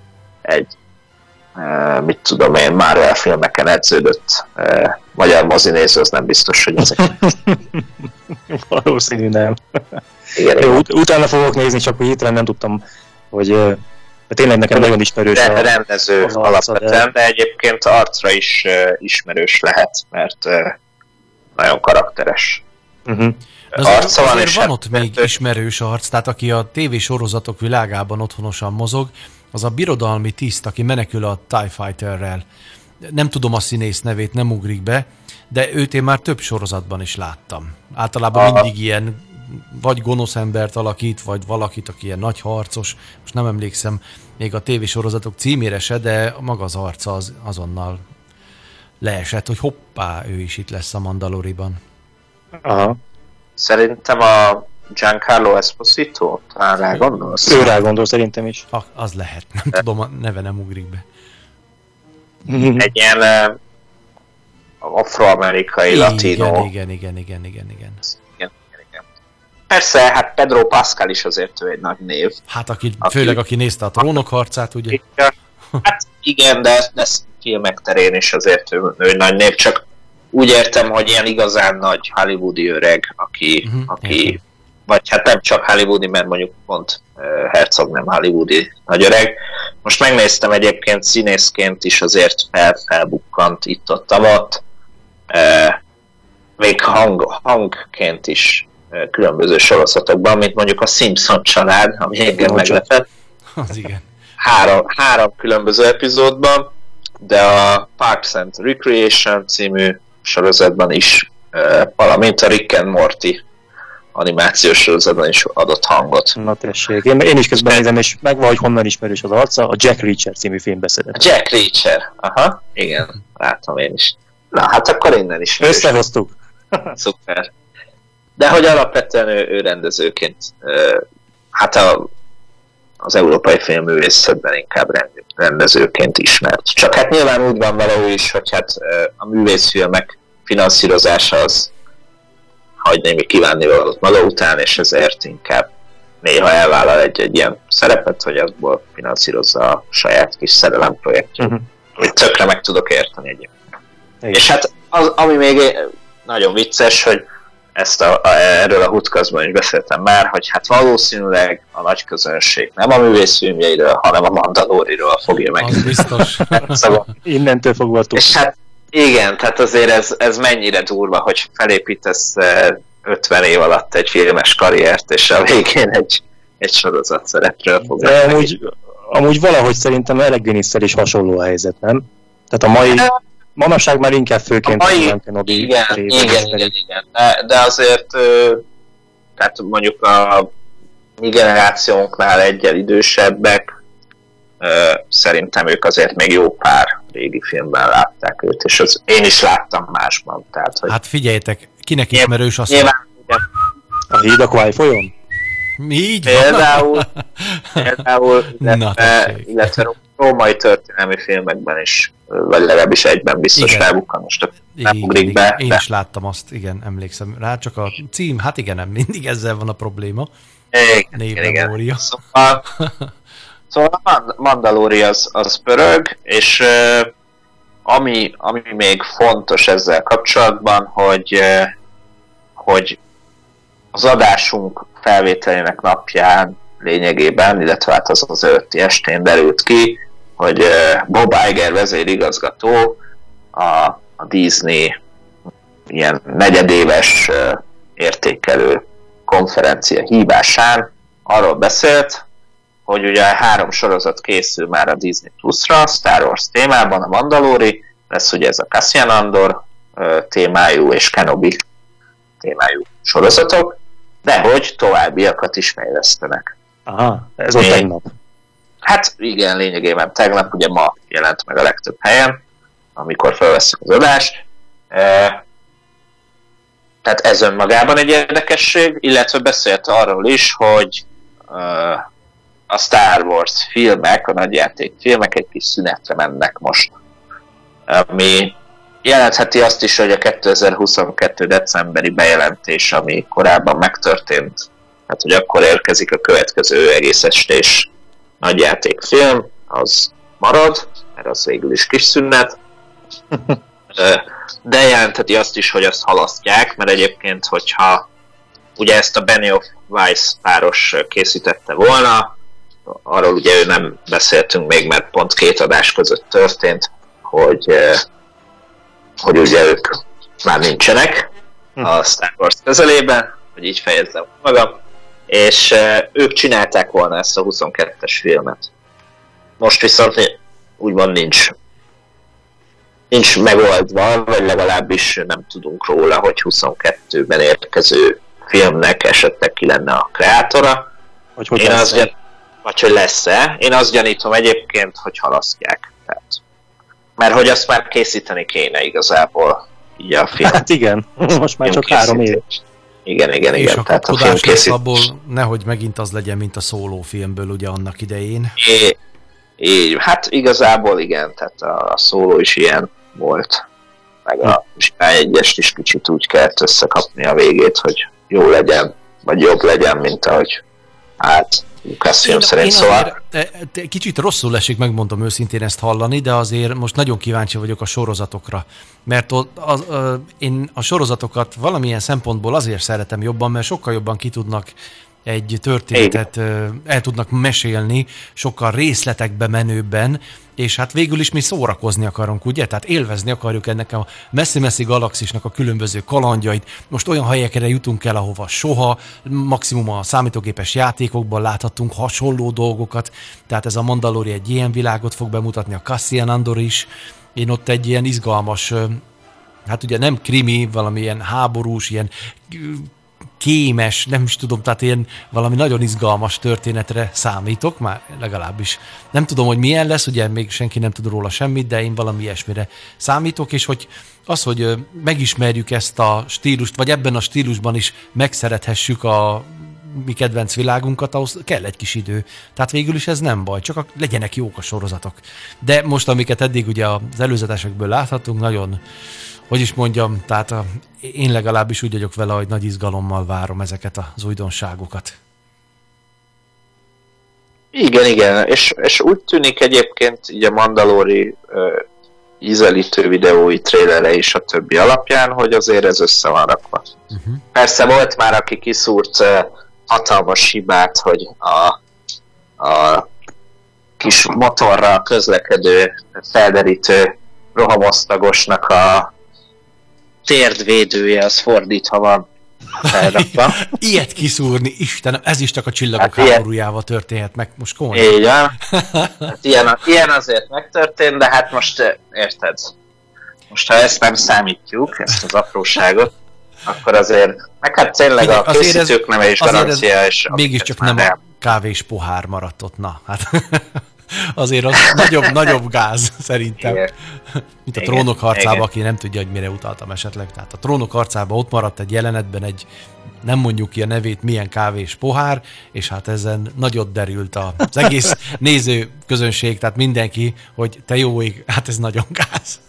mit tudom én, Marvel filmeken edződött magyar mozinéző, az nem biztos, hogy ezek. Valószínű nem. Igen, jó, utána fogok nézni, csak hogy hirtelen nem tudtam, hogy tényleg nekem nagyon ismerős a rendező alapvetően, de egyébként arcra is ismerős lehet, mert nagyon karakteres. Arca van, és van ott még ismerős arc, tehát aki a tévésorozatok világában otthonosan mozog, az a birodalmi tiszt, aki menekül a TIE Fighterrel. Nem tudom a színész nevét, nem ugrik be, de őt én már több sorozatban is láttam. Általában mindig ilyen vagy gonosz embert alakít, vagy valakit, aki ilyen nagy harcos. Most nem emlékszem még a tévésorozatok címére se, de maga az arca az azonnal leesett, hogy hoppá, ő is itt lesz a Mandaloriban. Aha. Szerintem a Giancarlo Esposito, talán rá gondolsz? Ő rá gondol, szerintem is. Az lehet, nem tudom, a neve nem ugrik be. Egy ilyen afroamerikai latino. Igen. Persze, hát Pedro Pascal is azért ő egy nagy név. Hát főleg aki nézte a Trónok harcát, ugye? Hát igen, de filmek terén is azért ő egy nagy név, csak úgy értem, hogy ilyen igazán nagy hollywoodi öreg, aki vagy hát nem csak hollywoodi, mert mondjuk pont Herzog nem hollywoodi nagy öreg. Most megnéztem egyébként színészként is azért felbukkant itt-ott, még hangként is különböző sorozatokban, mint mondjuk a Simpson család, ami engem meglepett. Az igen. három különböző epizódban, de a Parks and Recreation című sorozatban is, valamint a Rick and Morty animációs sorozatban is adott hangot. Na tessék, én is közben nézem, és megvan, hogy honnan ismerős az arca, a Jack Reacher című filmbe szerepel. Jack Reacher, aha, igen, látom én is. Na, hát akkor innen is. Összehoztuk. Szuper. De hogy alapvetően ő rendezőként, hát az európai filmművészetben inkább rendezőként ismert. Csak hát nyilván úgy van vele ő is, hogy hát a művészfilmek finanszírozása az hagy némi kívánnivalót maga után, és ezért inkább néha elvállal egy ilyen szerepet, hogy azból finanszírozza a saját kis szerelemprojektjét. Amit tökre meg tudok érteni egyébként. És hát ami még nagyon vicces, hogy erről a Hutkazban is beszéltem már, hogy hát valószínűleg a nagy közönség nem a művészfilmjeiről, hanem a Mandaloriról fogja meg. Az biztos. Szóval innentől fogva tudni. És hát igen, tehát azért ez mennyire durva, hogy felépítesz 50 év alatt egy filmes karriert, és a végén egy sorozat szerepről fog. De amúgy valahogy szerintem Alec Guinness-szel is hasonló a helyzet, nem? Tehát a mai manapság már inkább főként a Kenobi. Igen. De azért, tehát mondjuk a mi generációnknál egyel idősebbek, szerintem ők azért még jó pár régi filmben látták őt, és én is láttam másban. Tehát, hogy hát figyeljetek, kinek ismerős azt a Híd a Kwai folyón? Így például illetve római történelmi filmekben is, vagy legalábbis egyben biztos felbukkan, most nem ugrik be. Én is láttam azt, igen, emlékszem rá, csak a cím, hát igen, nem mindig ezzel van a probléma. Igen. Szóval a Mandalori az pörög, és ami még fontos ezzel kapcsolatban, hogy az adásunk felvételének napján lényegében, illetve hát az előtti estén derült ki, hogy Bob Iger vezérigazgató a Disney ilyen negyedéves értékelő konferencia hívásán arról beszélt, hogy ugye 3 sorozat készül már a Disney Plus-ra, Star Wars témában, a Mandalori, lesz ugye ez a Cassian Andor témájú és Kenobi témájú sorozatok, de hogy továbbiakat is fejlesztenek. Aha, ez ott tegnap. Hát igen, lényegében tegnap, ugye ma jelent meg a legtöbb helyen, amikor felveszünk az adást. Tehát ez önmagában egy érdekesség, illetve beszélt arról is, hogy a Star Wars filmek, a nagyjáték filmek egy kis szünetre mennek most. Ami jelentheti azt is, hogy a 2022. decemberi bejelentés, ami korábban megtörtént, hát hogy akkor érkezik a következő egész estés nagyjátékfilm, az marad, mert az végül is kis szünet. De jelentheti azt is, hogy azt halasztják, mert egyébként, hogyha ugye ezt a Benioff Weiss páros készítette volna, arról ugye ő nem beszéltünk még, mert pont 2 adás között történt, hogy ugye ők már nincsenek a Star Wars közelében, hogy így fejezzem magam, és ők csinálták volna ezt a 22-es filmet. Most viszont úgymond nincs megoldva, vagy legalábbis nem tudunk róla, hogy 22-ben érkező filmnek esetleg ki lenne a kreátora. Vagy hogy lesz-e. Én azt gyanítom egyébként, hogy halasztják. Tehát, mert hogy azt már készíteni kéne igazából így a film. Hát igen, most már csak 3 év. Igen. És a tehát kapkodás lesz abból, nehogy megint az legyen, mint a Solo filmből ugye annak idején. Így, hát igazából igen, tehát a Solo is ilyen volt. Meg a egyest is kicsit úgy kellett összekapni a végét, hogy jó legyen, vagy jobb legyen, mint ahogy hát Lucasfilm szerint, szóval. Kicsit rosszul esik, megmondom őszintén ezt hallani, de azért most nagyon kíváncsi vagyok a sorozatokra. Mert én a sorozatokat valamilyen szempontból azért szeretem jobban, mert sokkal jobban ki tudnak egy történetet el tudnak mesélni, sokkal részletekbe menőbben, és hát végül is mi szórakozni akarunk, ugye? Tehát élvezni akarjuk ennek a messzi-messzi galaxisnak a különböző kalandjait. Most olyan helyekre jutunk el, ahova soha, maximum a számítógépes játékokban láthatunk hasonló dolgokat, tehát ez a Mandalorian egy ilyen világot fog bemutatni, a Cassian Andor is. Én ott egy ilyen izgalmas, hát ugye nem krimi, valamilyen háborús, ilyen kémes, nem is tudom, tehát ilyen valami nagyon izgalmas történetre számítok, már legalábbis. Nem tudom, hogy milyen lesz, ugye még senki nem tud róla semmit, de én valami ilyesmire számítok, és hogy megismerjük ezt a stílust, vagy ebben a stílusban is megszerethessük a mi kedvenc világunkat, ahhoz kell egy kis idő. Tehát végül is ez nem baj, csak legyenek jók a sorozatok. De most, amiket eddig ugye az előzetesekből láthatunk, nagyon, hogy is mondjam, tehát én legalábbis úgy vagyok vele, hogy nagy izgalommal várom ezeket az újdonságokat. Igen, és úgy tűnik egyébként így a Mandalori ízelítő videói, trélere és a többi alapján, hogy azért ez össze van rakva. Persze volt már, aki kiszúrt hatalmas hibát, hogy a kis motorral közlekedő, felderítő rohamosztagosnak a térdvédője az fordítva van felrakva. Ilyet kiszúrni, Istenem, ez is csak a Csillagok háborújával történhet meg most komolyan. Így van. Hát ilyen azért megtörtént, de hát most érted. Most ha ezt nem számítjuk, ezt az apróságot, akkor azért, meg hát tényleg a készítők neve is garancia. És mégiscsak nem a kávés pohár maradt ott, na. Hát azért az nagyobb gáz, szerintem. Igen. Mint a Trónok harcában, aki nem tudja, hogy mire utaltam esetleg. Tehát a Trónok harcában ott maradt egy jelenetben egy, nem mondjuk ki a nevét, milyen kávés pohár, és hát ezen nagyot derült az egész néző közönség, tehát mindenki, hogy te jó ég, hát ez nagyon gáz.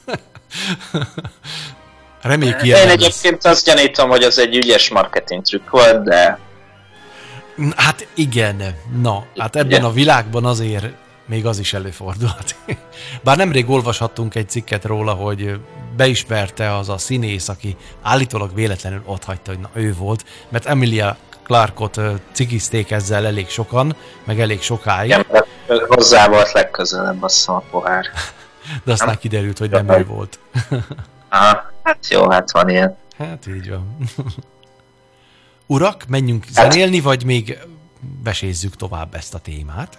Reméljük ilyen. Én egyébként azt gyanítom, hogy az egy ügyes marketing trükk volt, de... Hát igen, na, hát ebben a világban azért még az is előfordulhat. Bár nemrég olvashattunk egy cikket róla, hogy beismerte az a színész, aki állítólag véletlenül otthagyta, hogy na, ő volt, mert Emilia Clarke-ot cikizték ezzel elég sokan, meg elég sokáig. Igen, hozzá volt legközelebb, azt hiszem, a pohár. De aztán kiderült, hogy nem ő volt. Aha, hát jó, hát van ilyen. Hát így van. Urak, menjünk zenélni, vagy még besézzük tovább ezt a témát?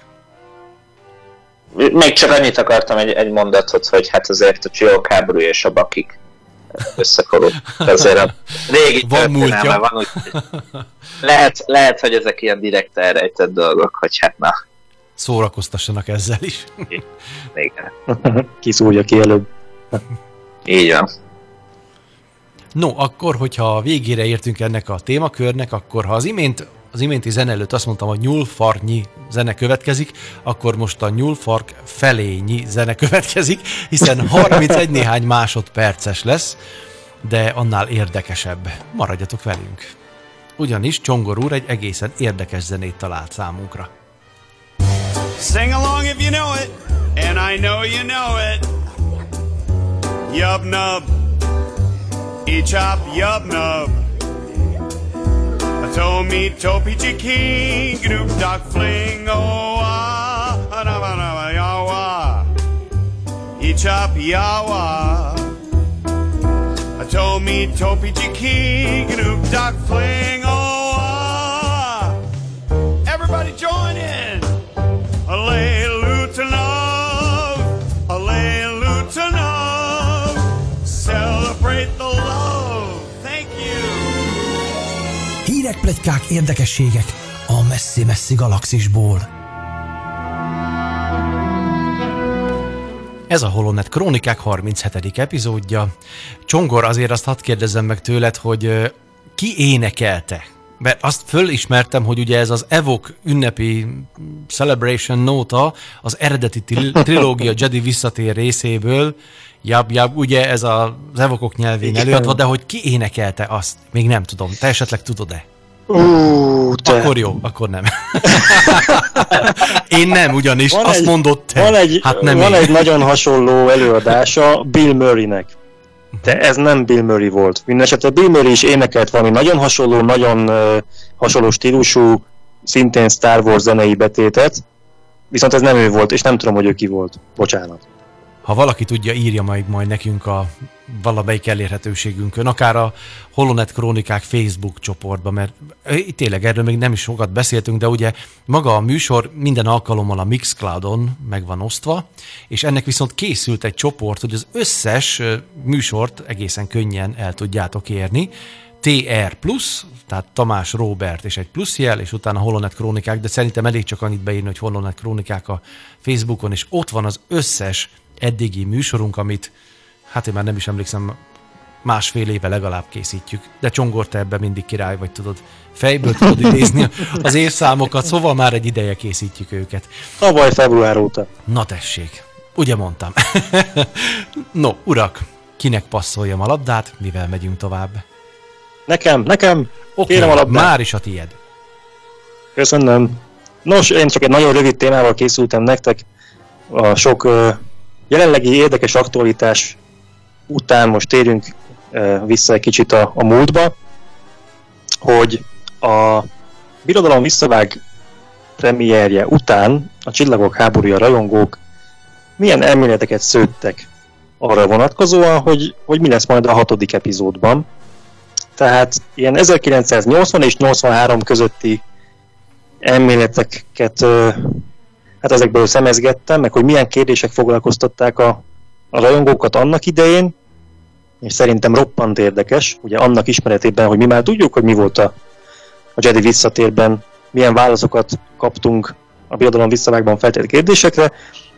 Még csak annyit akartam egy mondatot, hogy hát azért a Csillagok háborúja és a bakik összekorult. Azért a régi történelme van, úgy lehet, hogy ezek ilyen direkt elrejtett dolgok, hogy hát na. Szórakoztassanak ezzel is. Igen. Kiszúrja ki előbb. Így van. No, akkor, hogyha a végére értünk ennek a témakörnek, akkor ha az iménti zene előtt azt mondtam, hogy nyúlfarknyi zene következik, akkor most a nyúlfark felényi zene következik, hiszen 31 néhány másodperces lesz, de annál érdekesebb. Maradjatok velünk. Ugyanis Csongor úr egy egészen érdekes zenét talált számunkra. Sing along if you know it, and I know you know it. Yub nub, E-chop, yub nub. Told me Topi King, Gnoop Doc Fling, oh ah, anava yawa, E-chop yawa. Told me Topi King, Gnoop Doc Fling, oh ah. Everybody join in. Alleluia to love, alleluia to love. Celebrate the love. Thank you. Hírek, pletykák, érdekességek a messzi-messzi galaxisból. Ez a Holonet Krónikák 37. epizódja. Csongor, azért azt hadd kérdezzem meg tőled, hogy ki énekelte? Mert azt fölismertem, hogy ugye ez az Evok ünnepi Celebration Nota az eredeti trilógia Jedi visszatér részéből, jab, ugye ez az Evokok nyelvén előadva, de hogy ki énekelte azt, még nem tudom. Te esetleg tudod-e? Akkor jó, akkor nem. Én nem, ugyanis azt mondott te. Van egy nagyon hasonló előadása Bill Murraynek. De ez nem Bill Murray volt. Mindenesetre Bill Murray is énekelt valami nagyon hasonló, nagyon hasonló stílusú szintén Star Wars zenei betétet, viszont ez nem ő volt, és nem tudom, hogy ő ki volt. Bocsánat. Ha valaki tudja, írja majd nekünk a valamelyik elérhetőségünkön, akár a Holonet Krónikák Facebook csoportba, mert tényleg erről még nem is sokat beszéltünk, de ugye maga a műsor minden alkalommal a Mixcloudon meg van osztva, és ennek viszont készült egy csoport, hogy az összes műsort egészen könnyen el tudjátok érni. TR+, tehát Tamás Róbert és egy plusz jel, és utána Holonet Krónikák, de szerintem elég csak annyit beírni, hogy Holonet Krónikák a Facebookon, és ott van az összes eddigi műsorunk, amit, hát én már nem is emlékszem, másfél éve legalább készítjük. De Csongor, te ebben mindig király vagy, tudod, fejből tudod idézni az évszámokat, szóval már egy ideje készítjük őket. Tavaly február óta. Na tessék, ugye mondtam. No, urak, kinek passzoljam a labdát, mivel megyünk tovább? Nekem, Oké, kérem a labdát. már is a tied. Köszönöm. Nos, én csak egy nagyon rövid témával készültem nektek. A sok jelenlegi érdekes aktualitás után most térjünk vissza egy kicsit a múltba, hogy a Birodalom visszavág premierje után a Csillagok háborúja rajongók milyen elméleteket szőttek arra vonatkozóan, hogy mi lesz majd a 6. epizódban. Tehát ilyen 1980 és 83 közötti elméleteket hát ezekből szemezgettem, meg hogy milyen kérdések foglalkoztatták a rajongókat annak idején, és szerintem roppant érdekes, ugye annak ismeretében, hogy mi már tudjuk, hogy mi volt a Jedi visszatérben, milyen válaszokat kaptunk a Birodalom visszavágban feltett kérdésekre.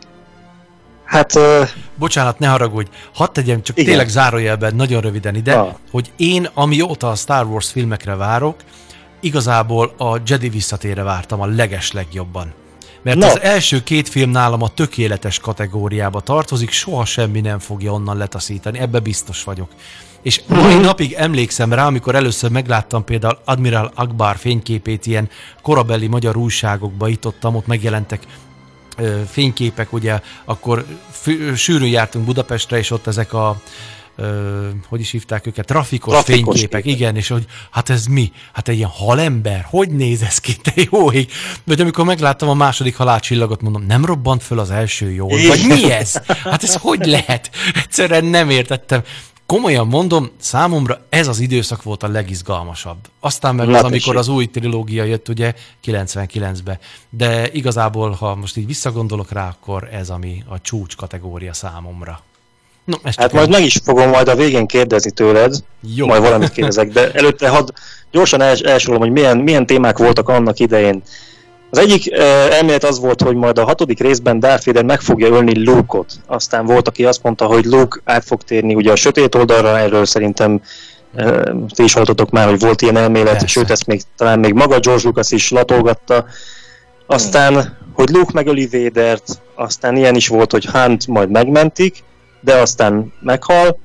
Hát... Bocsánat, ne haragudj, hadd tegyem csak igen. Tényleg zárójelben nagyon röviden ide, hogy én, amióta a Star Wars filmekre várok, igazából a Jedi visszatérre vártam a legeslegjobban. Mert az első 2 film nálam a tökéletes kategóriába tartozik, soha semmi nem fogja onnan letaszítani, ebbe biztos vagyok. És mai napig emlékszem rá, amikor először megláttam például Admiral Akbar fényképét ilyen korabeli magyar újságokba, ott megjelentek fényképek, ugye akkor sűrűn jártunk Budapestre, és ott ezek a hogy is hívták őket? Trafikos fényképek, igen, és hogy hát ez mi? Hát egy ilyen halember? Hogy néz ez ki? Te jó ég! Vagy amikor megláttam a második halálcsillagot, mondom, nem robbant föl az első jól? Vagy mi ez? Hát ez hogy lehet? Egyszerűen nem értettem. Komolyan mondom, számomra ez az időszak volt a legizgalmasabb. Aztán meg az, amikor az új trilógia jött, ugye, 99-be. De igazából, ha most így visszagondolok rá, akkor ez ami a csúcs kategória számomra. No, hát majd meg is fogom majd a végén kérdezni tőled, jó. Majd valamit kérdezek, de előtte hadd gyorsan elsorolom, hogy milyen témák voltak annak idején. Az egyik elmélet az volt, hogy majd a 6. részben Darth Vader meg fogja ölni Luke-ot. Aztán volt, aki azt mondta, hogy Luke át fog térni ugye a sötét oldalra, erről szerintem ti is hallottatok már, hogy volt ilyen elmélet, persze. Sőt ezt talán még maga George Lucas is latolgatta. Aztán, hogy Luke megöli Vadert, aztán ilyen is volt, hogy Hunt majd megmentik, de aztán meghal.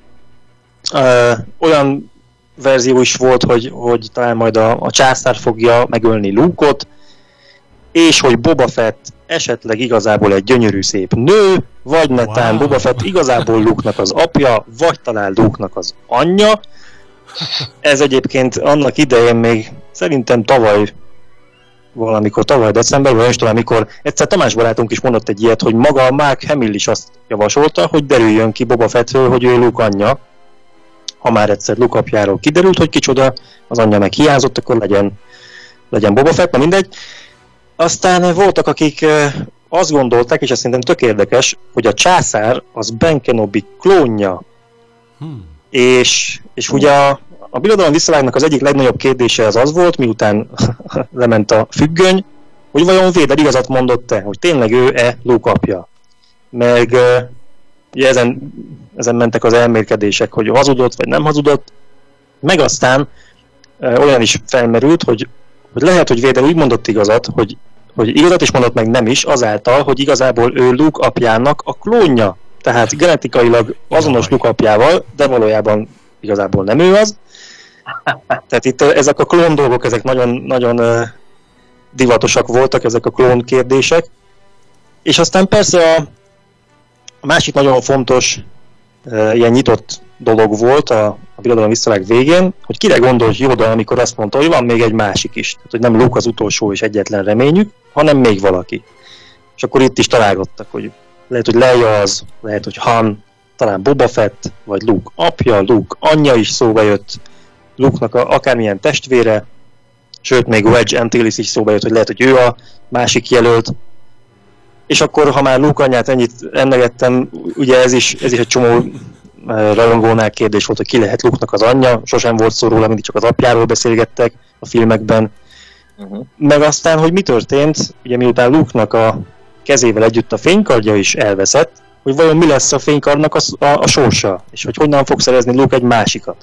Olyan verzió is volt, hogy talán majd a császár fogja megölni Luke-ot, és hogy Boba Fett esetleg igazából egy gyönyörű szép nő, vagy netán Boba Fett igazából Luke-nak az apja, vagy talán Luke-nak az anyja. Ez egyébként annak idején még szerintem tavaly decemberben, és talán amikor egyszer Tamás barátunk is mondott egy ilyet, hogy maga Mark Hamill is azt javasolta, hogy derüljön ki Boba Fettről, hogy ő Luke anyja. Ha már egyszer Luke apjáról kiderült, hogy kicsoda, az anyja meg hiányzott, akkor legyen Boba Fett, na mindegy. Aztán voltak, akik azt gondolták, és ez szerintem tök érdekes, hogy a császár az Ben Kenobi klónja. És ugye a Birodalom visszavágnak az egyik legnagyobb kérdése az volt, miután lement a függöny, hogy vajon Vader igazat mondott-e, hogy tényleg ő-e Luke apja. Meg ugye ezen mentek az elmélkedések, hogy hazudott vagy nem hazudott, meg aztán olyan is felmerült, hogy lehet, hogy Vader úgy mondott igazat, hogy igazat is mondott, meg nem is, azáltal, hogy igazából ő Luke apjának a klónja. Tehát genetikailag azonos Luke apjával, de valójában igazából nem ő az. Tehát itt ezek a klón dolgok, ezek nagyon, nagyon divatosak voltak, ezek a klón kérdések. És aztán persze a másik nagyon fontos ilyen nyitott dolog volt a a Birodalom visszavág végén, hogy kire gondolt Yoda, amikor azt mondta, hogy van még egy másik is. Tehát, hogy nem Luke az utolsó és egyetlen reményük, hanem még valaki. És akkor itt is találgattak, hogy lehet, hogy Leia az, lehet, hogy Han, talán Boba Fett, vagy Luke apja, Luke anyja is szóba jött, Luke-nak akármilyen testvére, sőt, még Wedge Antilles is szóba jött, hogy lehet, hogy ő a másik jelölt. És akkor, ha már Luke anyját ennyit emlegettem, ugye ez is egy csomó rajongónál kérdés volt, hogy ki lehet Luke-nak az anyja, sosem volt szó róla, mindig csak az apjáról beszélgettek a filmekben. Meg aztán, hogy mi történt, ugye miután Luke-nak a kezével együtt a fénykardja is elveszett, hogy vajon mi lesz a fénykardnak a sorsa, és hogy honnan fog szerezni Luke egy másikat.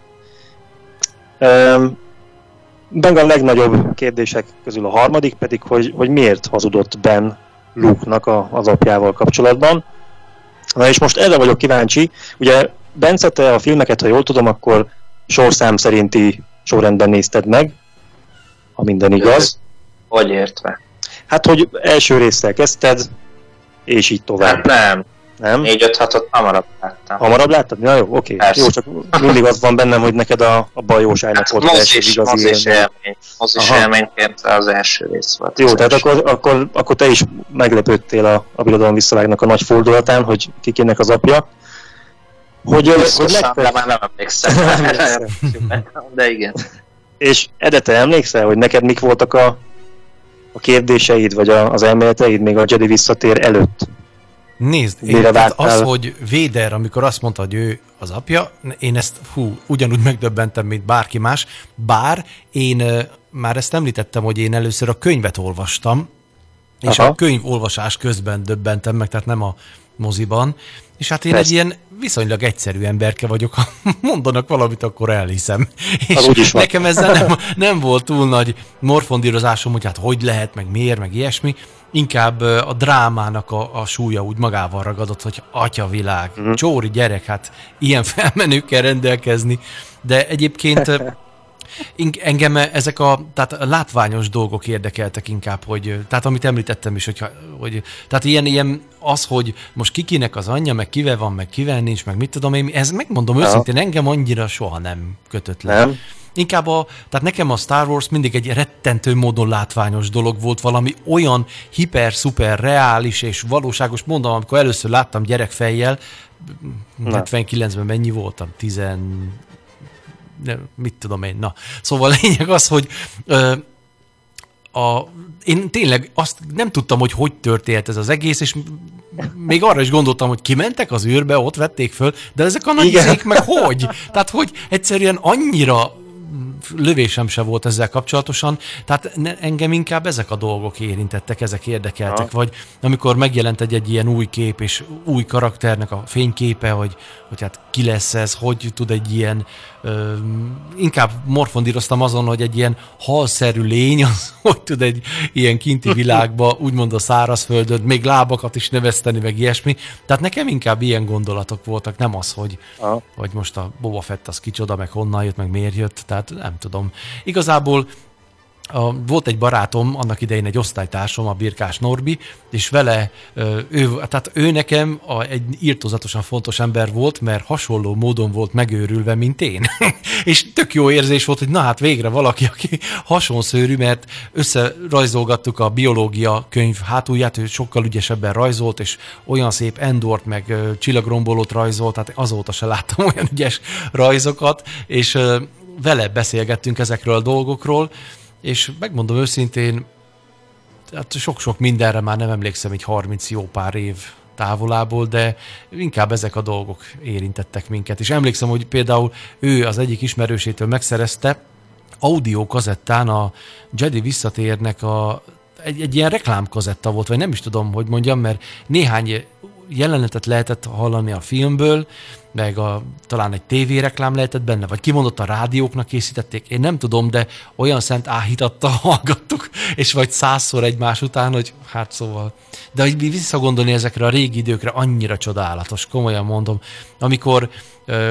Meg a legnagyobb kérdések közül a harmadik pedig, hogy miért hazudott Ben Luke-nak az apjával kapcsolatban. Na és most erre vagyok kíváncsi, ugye Bence, te a filmeket, ha jól tudom, akkor sorszám szerinti sorrendben nézted meg, ha minden igaz. Hogy értve? Hát, hogy első résszel kezdted, és így tovább. Hát nem. 4-5-6-ot hamarabb láttam. Hamarabb láttad? Na jó, oké. Jó, csak mindig az van bennem, hogy neked a bajósájnak volt az első igazi élmény. Mozis élményként az első rész volt. Jó, tehát akkor te is meglepődtél a Birodalom visszavágnak a nagy fordulatán, hogy kikének az apja. De már nem emlékszem. De igen. És Ede, te emlékszel, hogy neked mik voltak a kérdéseid, vagy az elméleteid még a Jedi visszatér előtt? Nézd, az, hogy Vader, amikor azt mondta, hogy ő az apja, én ezt ugyanúgy megdöbbentem, mint bárki más, bár én már ezt említettem, hogy én először a könyvet olvastam, és a könyvolvasás közben döbbentem meg, tehát nem a moziban, és hát én egy ilyen viszonylag egyszerű emberke vagyok, ha mondanak valamit, akkor elhiszem. És nekem ezzel nem volt túl nagy morfondírozásom, hogy hát hogy lehet, meg miért, meg ilyesmi. Inkább a drámának a súlya úgy magával ragadott, hogy atyavilág, csóri gyerek, hát ilyen felmenőkkel rendelkezni. De egyébként engem ezek tehát a látványos dolgok érdekeltek inkább, tehát amit említettem is, hogy tehát ilyen az, hogy most kikinek az anyja, meg kivel van, meg kivel nincs, meg mit tudom én, ez megmondom őszintén, engem annyira soha nem kötött le. Nem. Inkább tehát nekem a Star Wars mindig egy rettentő módon látványos dolog volt, valami olyan hiper-szuper reális és valóságos, mondom, amikor először láttam gyerekfejjel, 79-ben mennyi voltam? Mit tudom én, na. Szóval a lényeg az, hogy én tényleg azt nem tudtam, hogy történt ez az egész, és még arra is gondoltam, hogy kimentek az űrbe, ott vették föl, de ezek a nagy izék meg hogy? Tehát, hogy egyszerűen annyira lövésem se volt ezzel kapcsolatosan, tehát engem inkább ezek a dolgok érintettek, ezek érdekeltek, vagy amikor megjelent egy ilyen új kép, és új karakternek a fényképe, hogy hát ki lesz ez, hogy tud egy ilyen, inkább morfondíroztam azon, hogy egy ilyen halszerű lény, az hogy tud egy ilyen kinti világba, úgymond a szárazföldön, még lábakat is növeszteni, meg ilyesmi. Tehát nekem inkább ilyen gondolatok voltak, nem az, hogy most a Boba Fett az kicsoda, meg honnan jött, meg miért jött, tehát nem tudom. Igazából volt egy barátom, annak idején egy osztálytársam, a Birkás Norbi, és vele, ő nekem egy irtózatosan fontos ember volt, mert hasonló módon volt megőrülve, mint én. És tök jó érzés volt, hogy na hát végre valaki, aki hasonszőrű, mert összerajzolgattuk a biológia könyv hátulját, ő sokkal ügyesebben rajzolt, és olyan szép Endort, meg csillagrombolót rajzolt, tehát azóta se láttam olyan ügyes rajzokat, és vele beszélgettünk ezekről a dolgokról, és megmondom őszintén, hát sok-sok mindenre már nem emlékszem, így 30 jó pár év távolából, de inkább ezek a dolgok érintettek minket. És emlékszem, hogy például ő az egyik ismerősétől megszerezte audio kazettán a Jedi visszatérnek egy ilyen reklámkazetta volt, vagy nem is tudom, hogy mondjam, mert néhány jelenetet lehetett hallani a filmből, meg talán egy tévéreklám lehetett benne, vagy kimondott a rádióknak készítették, én nem tudom, de olyan szent áhítattal hallgattuk, és vagy 100-szor egymás után, hogy hát szóval. De hogy visszagondolni ezekre a régi időkre, annyira csodálatos, komolyan mondom. Amikor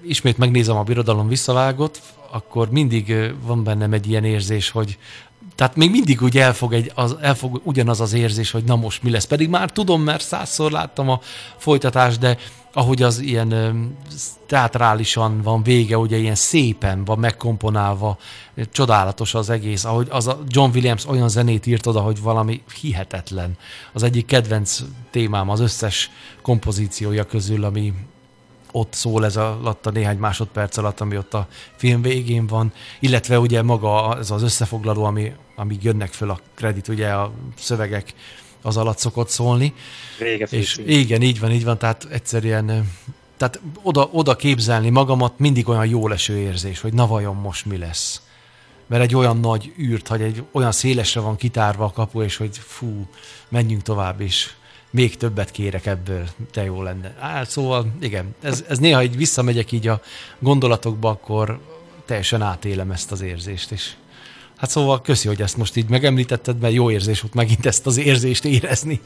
ismét megnézem a Birodalom visszavágott, akkor mindig van bennem egy ilyen érzés, hogy tehát még mindig úgy elfog ugyanaz az érzés, hogy na most mi lesz. Pedig már tudom, mert 100-szor láttam a folytatást, de ahogy az ilyen teátrálisan van vége, ugye ilyen szépen van megkomponálva, csodálatos az egész, ahogy az a John Williams olyan zenét írt oda, hogy valami hihetetlen. Az egyik kedvenc témám az összes kompozíciója közül, ami ott szól ez alatt a néhány másodperc alatt, ami ott a film végén van, illetve ugye maga ez az összefoglaló, amíg jönnek föl a kredit, ugye a szövegek az alatt szokott szólni. És igen, így van, tehát egyszerűen tehát oda képzelni magamat mindig olyan jó leső érzés, hogy na vajon most mi lesz. Mert egy olyan nagy űrt, hogy egy olyan szélesre van kitárva a kapu, és hogy fú, menjünk tovább is. Még többet kérek ebből, de jó lenne. Szóval igen, ez néha így visszamegyek így a gondolatokba, akkor teljesen átélem ezt az érzést is. Hát szóval köszi, hogy ezt most így megemlítetted, mert jó érzés volt megint ezt az érzést érezni.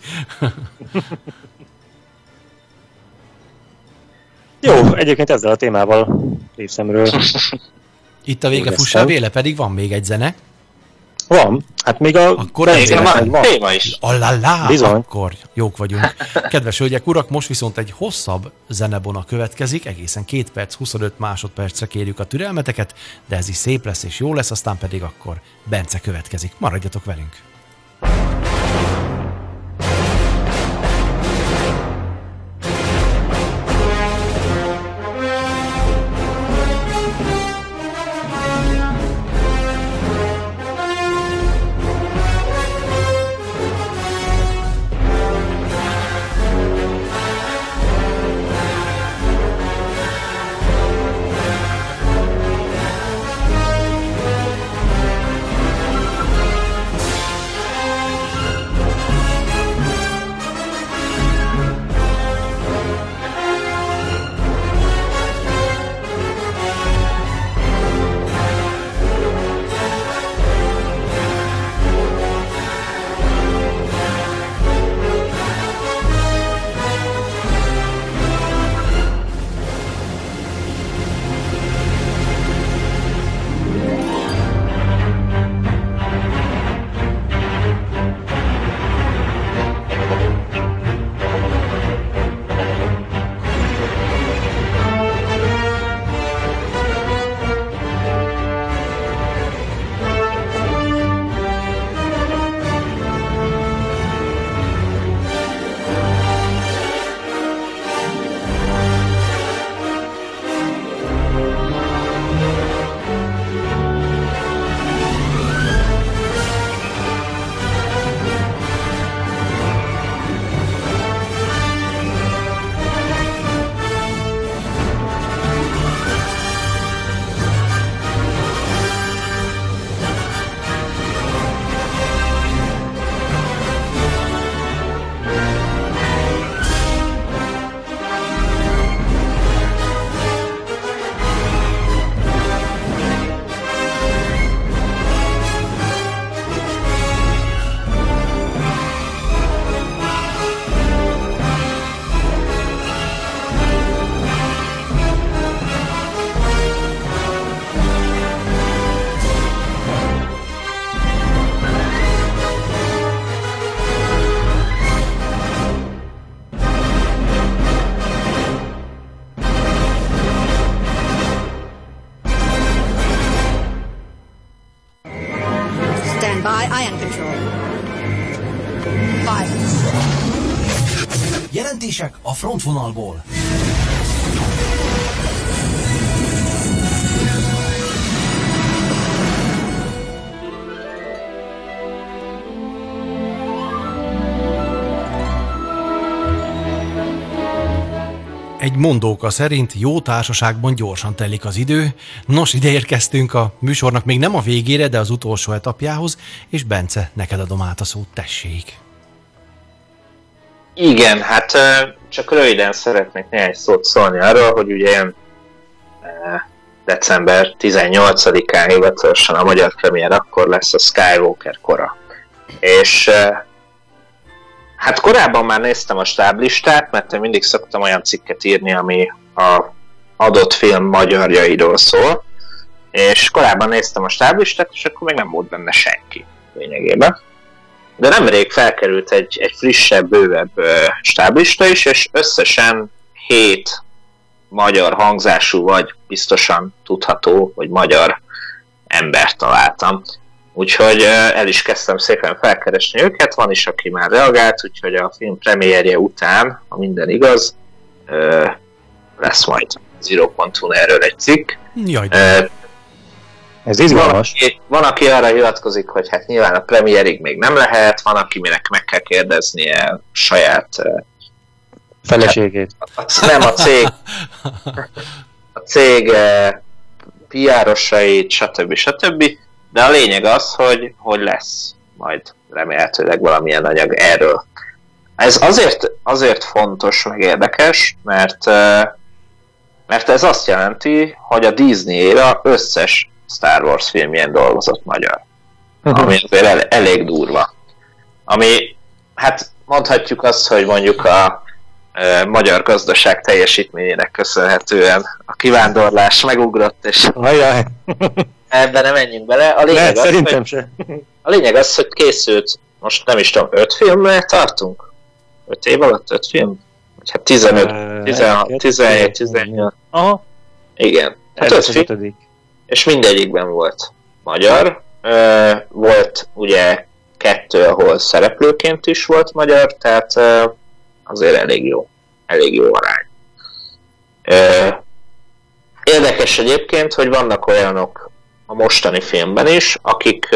Jó, egyébként ezzel a témával részemről. Itt a vége fussál véle, pedig van még egy zene. Van, hát még a... Akkor van téma is. Allalá, bizony. Akkor jók vagyunk. Kedves hölgyek, urak, most viszont egy hosszabb zenebona következik, egészen 2 perc, 25 másodpercre kérjük a türelmeteket, de ez is szép lesz és jó lesz, aztán pedig akkor Bence következik. Maradjatok velünk! Jelentések a frontvonalból. Egy mondóka szerint jó társaságban gyorsan telik az idő. Nos, ide érkeztünk a műsornak még nem a végére, de az utolsó etapjához, és Bence, neked adom át a szót, tessék. Igen, hát csak röviden szeretnék néhány szót szólni arról, hogy ugye ilyen december 18-án hivatalosan a magyar premier akkor lesz a Skywalker kora. És hát korábban már néztem a stáblistát, mert én mindig szoktam olyan cikket írni, ami a adott film magyarjairól szól, és korábban néztem a stáblistát, és akkor még nem volt benne senki lényegében. De nemrég felkerült egy frissebb, bővebb stáblista is, és összesen 7 magyar hangzású, vagy biztosan tudható, hogy magyar embert találtam. Úgyhogy el is kezdtem szépen felkeresni őket, van is, aki már reagált, úgyhogy a film premierje után, ha minden igaz, lesz majd Zero.hu erről egy cikk. Jaj, ez izgalmas. Van, aki arra hivatkozik, hogy hát nyilván a premierig még nem lehet, van, akinek meg kell kérdeznie saját feleségét. Nem a cég PR-osait, stb. De a lényeg az, hogy lesz majd remélhetőleg valamilyen anyag erről. Ez azért fontos, meg érdekes, mert ez azt jelenti, hogy a Disney éra összes Star Wars filmjén dolgozott magyar. Ami azért elég durva. Ami, hát mondhatjuk azt, hogy mondjuk a magyar gazdaság teljesítményének köszönhetően a kivándorlás megugrott, és ebben nem menjünk bele. A lényeg az, hogy készült, most nem is tudom, 5 filmre tartunk? 5 év alatt 5 film? Vagy hát 15, 16, 17, 18. Aha. Igen. Hát 5 film, és mindegyikben volt magyar. Volt ugye 2, ahol szereplőként is volt magyar, tehát azért elég jó arány. Érdekes egyébként, hogy vannak olyanok a mostani filmben is, akik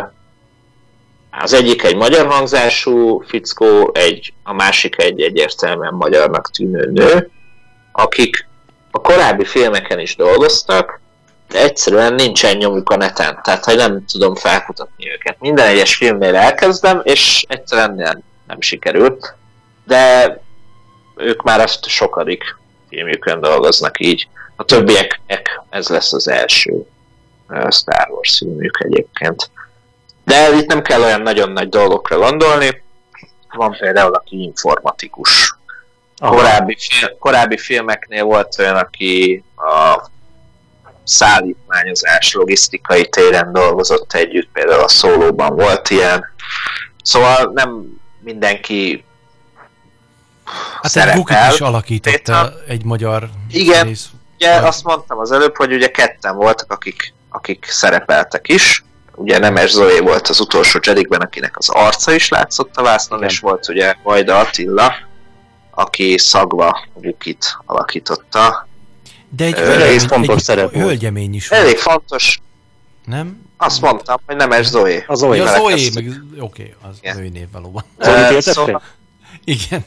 az egyik egy magyar hangzású fickó, a másik egy egyértelműen magyarnak tűnő nő, akik a korábbi filmeken is dolgoztak, de egyszerűen nincsen nyomuk a neten, tehát hogy nem tudom felkutatni őket. Minden egyes filmnél elkezdem, és egyszerűen nem sikerült, de ők már azt sokadik filmjükön dolgoznak így. A többieknek ez lesz az első Star Wars filmjük egyébként. De itt nem kell olyan nagyon nagy dolgokra gondolni. Van például, aki informatikus. Korábbi filmeknél volt olyan, aki a szállítmányozás, logisztikai téren dolgozott együtt, például a Szólóban volt ilyen. Szóval nem mindenki hát egy Wookiee is alakította egy magyar igen, rész. Ugye azt mondtam az előbb, hogy ugye 2 voltak, akik szerepeltek is. Ugye Nemes Zoé volt az utolsó Jedikben, akinek az arca is látszott a vásznon, igen. És volt ugye Vajda Attila, aki Szagva Wookit alakította. De egy fontos szerep hölgyemény is elég fontos. Nem? Azt mondtam, hogy Nemes Zoé. A Zoé, oké, az női név valóban. Szóval... Igen.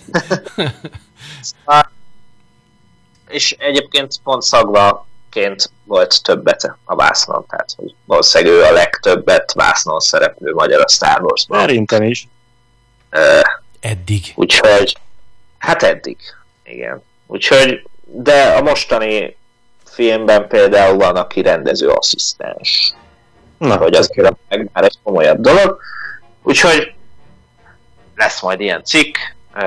És egyébként pont Szagvaként volt többet a vásznon, tehát hogy valószínűleg ő a legtöbbet vásznon szereplő magyar a Star Wars-ban. Szerintem is. Eddig. Úgyhogy, hát eddig, igen. Úgyhogy, de a mostani filmben például van, aki rendezőasszisztens. Na, hogy az meg már egy komolyabb dolog. Úgyhogy lesz majd ilyen cikk,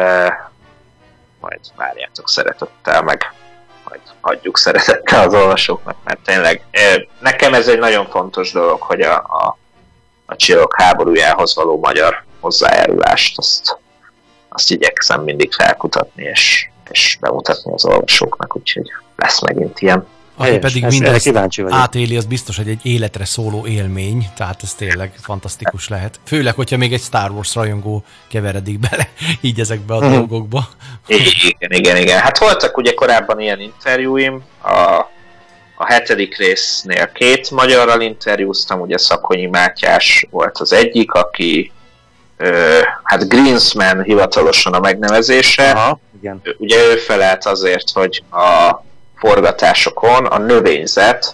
majd várjátok szeretettel, meg majd adjuk szeretettel az olvasóknak, mert tényleg nekem ez egy nagyon fontos dolog, hogy a Csillagok háborújához való magyar hozzájárulást, azt igyekszem mindig felkutatni és bemutatni az olvasóknak, úgyhogy lesz megint ilyen. Aki pedig mindezt átéli, az biztos, hogy egy életre szóló élmény, tehát ez tényleg fantasztikus lehet. Főleg, hogyha még egy Star Wars rajongó keveredik bele így ezekbe a dolgokba. Igen. Hát voltak ugye korábban ilyen interjúim, a 7. résznél 2 magyarral interjúztam, ugye Szakonyi Mátyás volt az egyik, aki hát Greensman hivatalosan a megnevezése. Aha, igen. Ugye ő felelt azért, hogy a forgatásokon a növényzet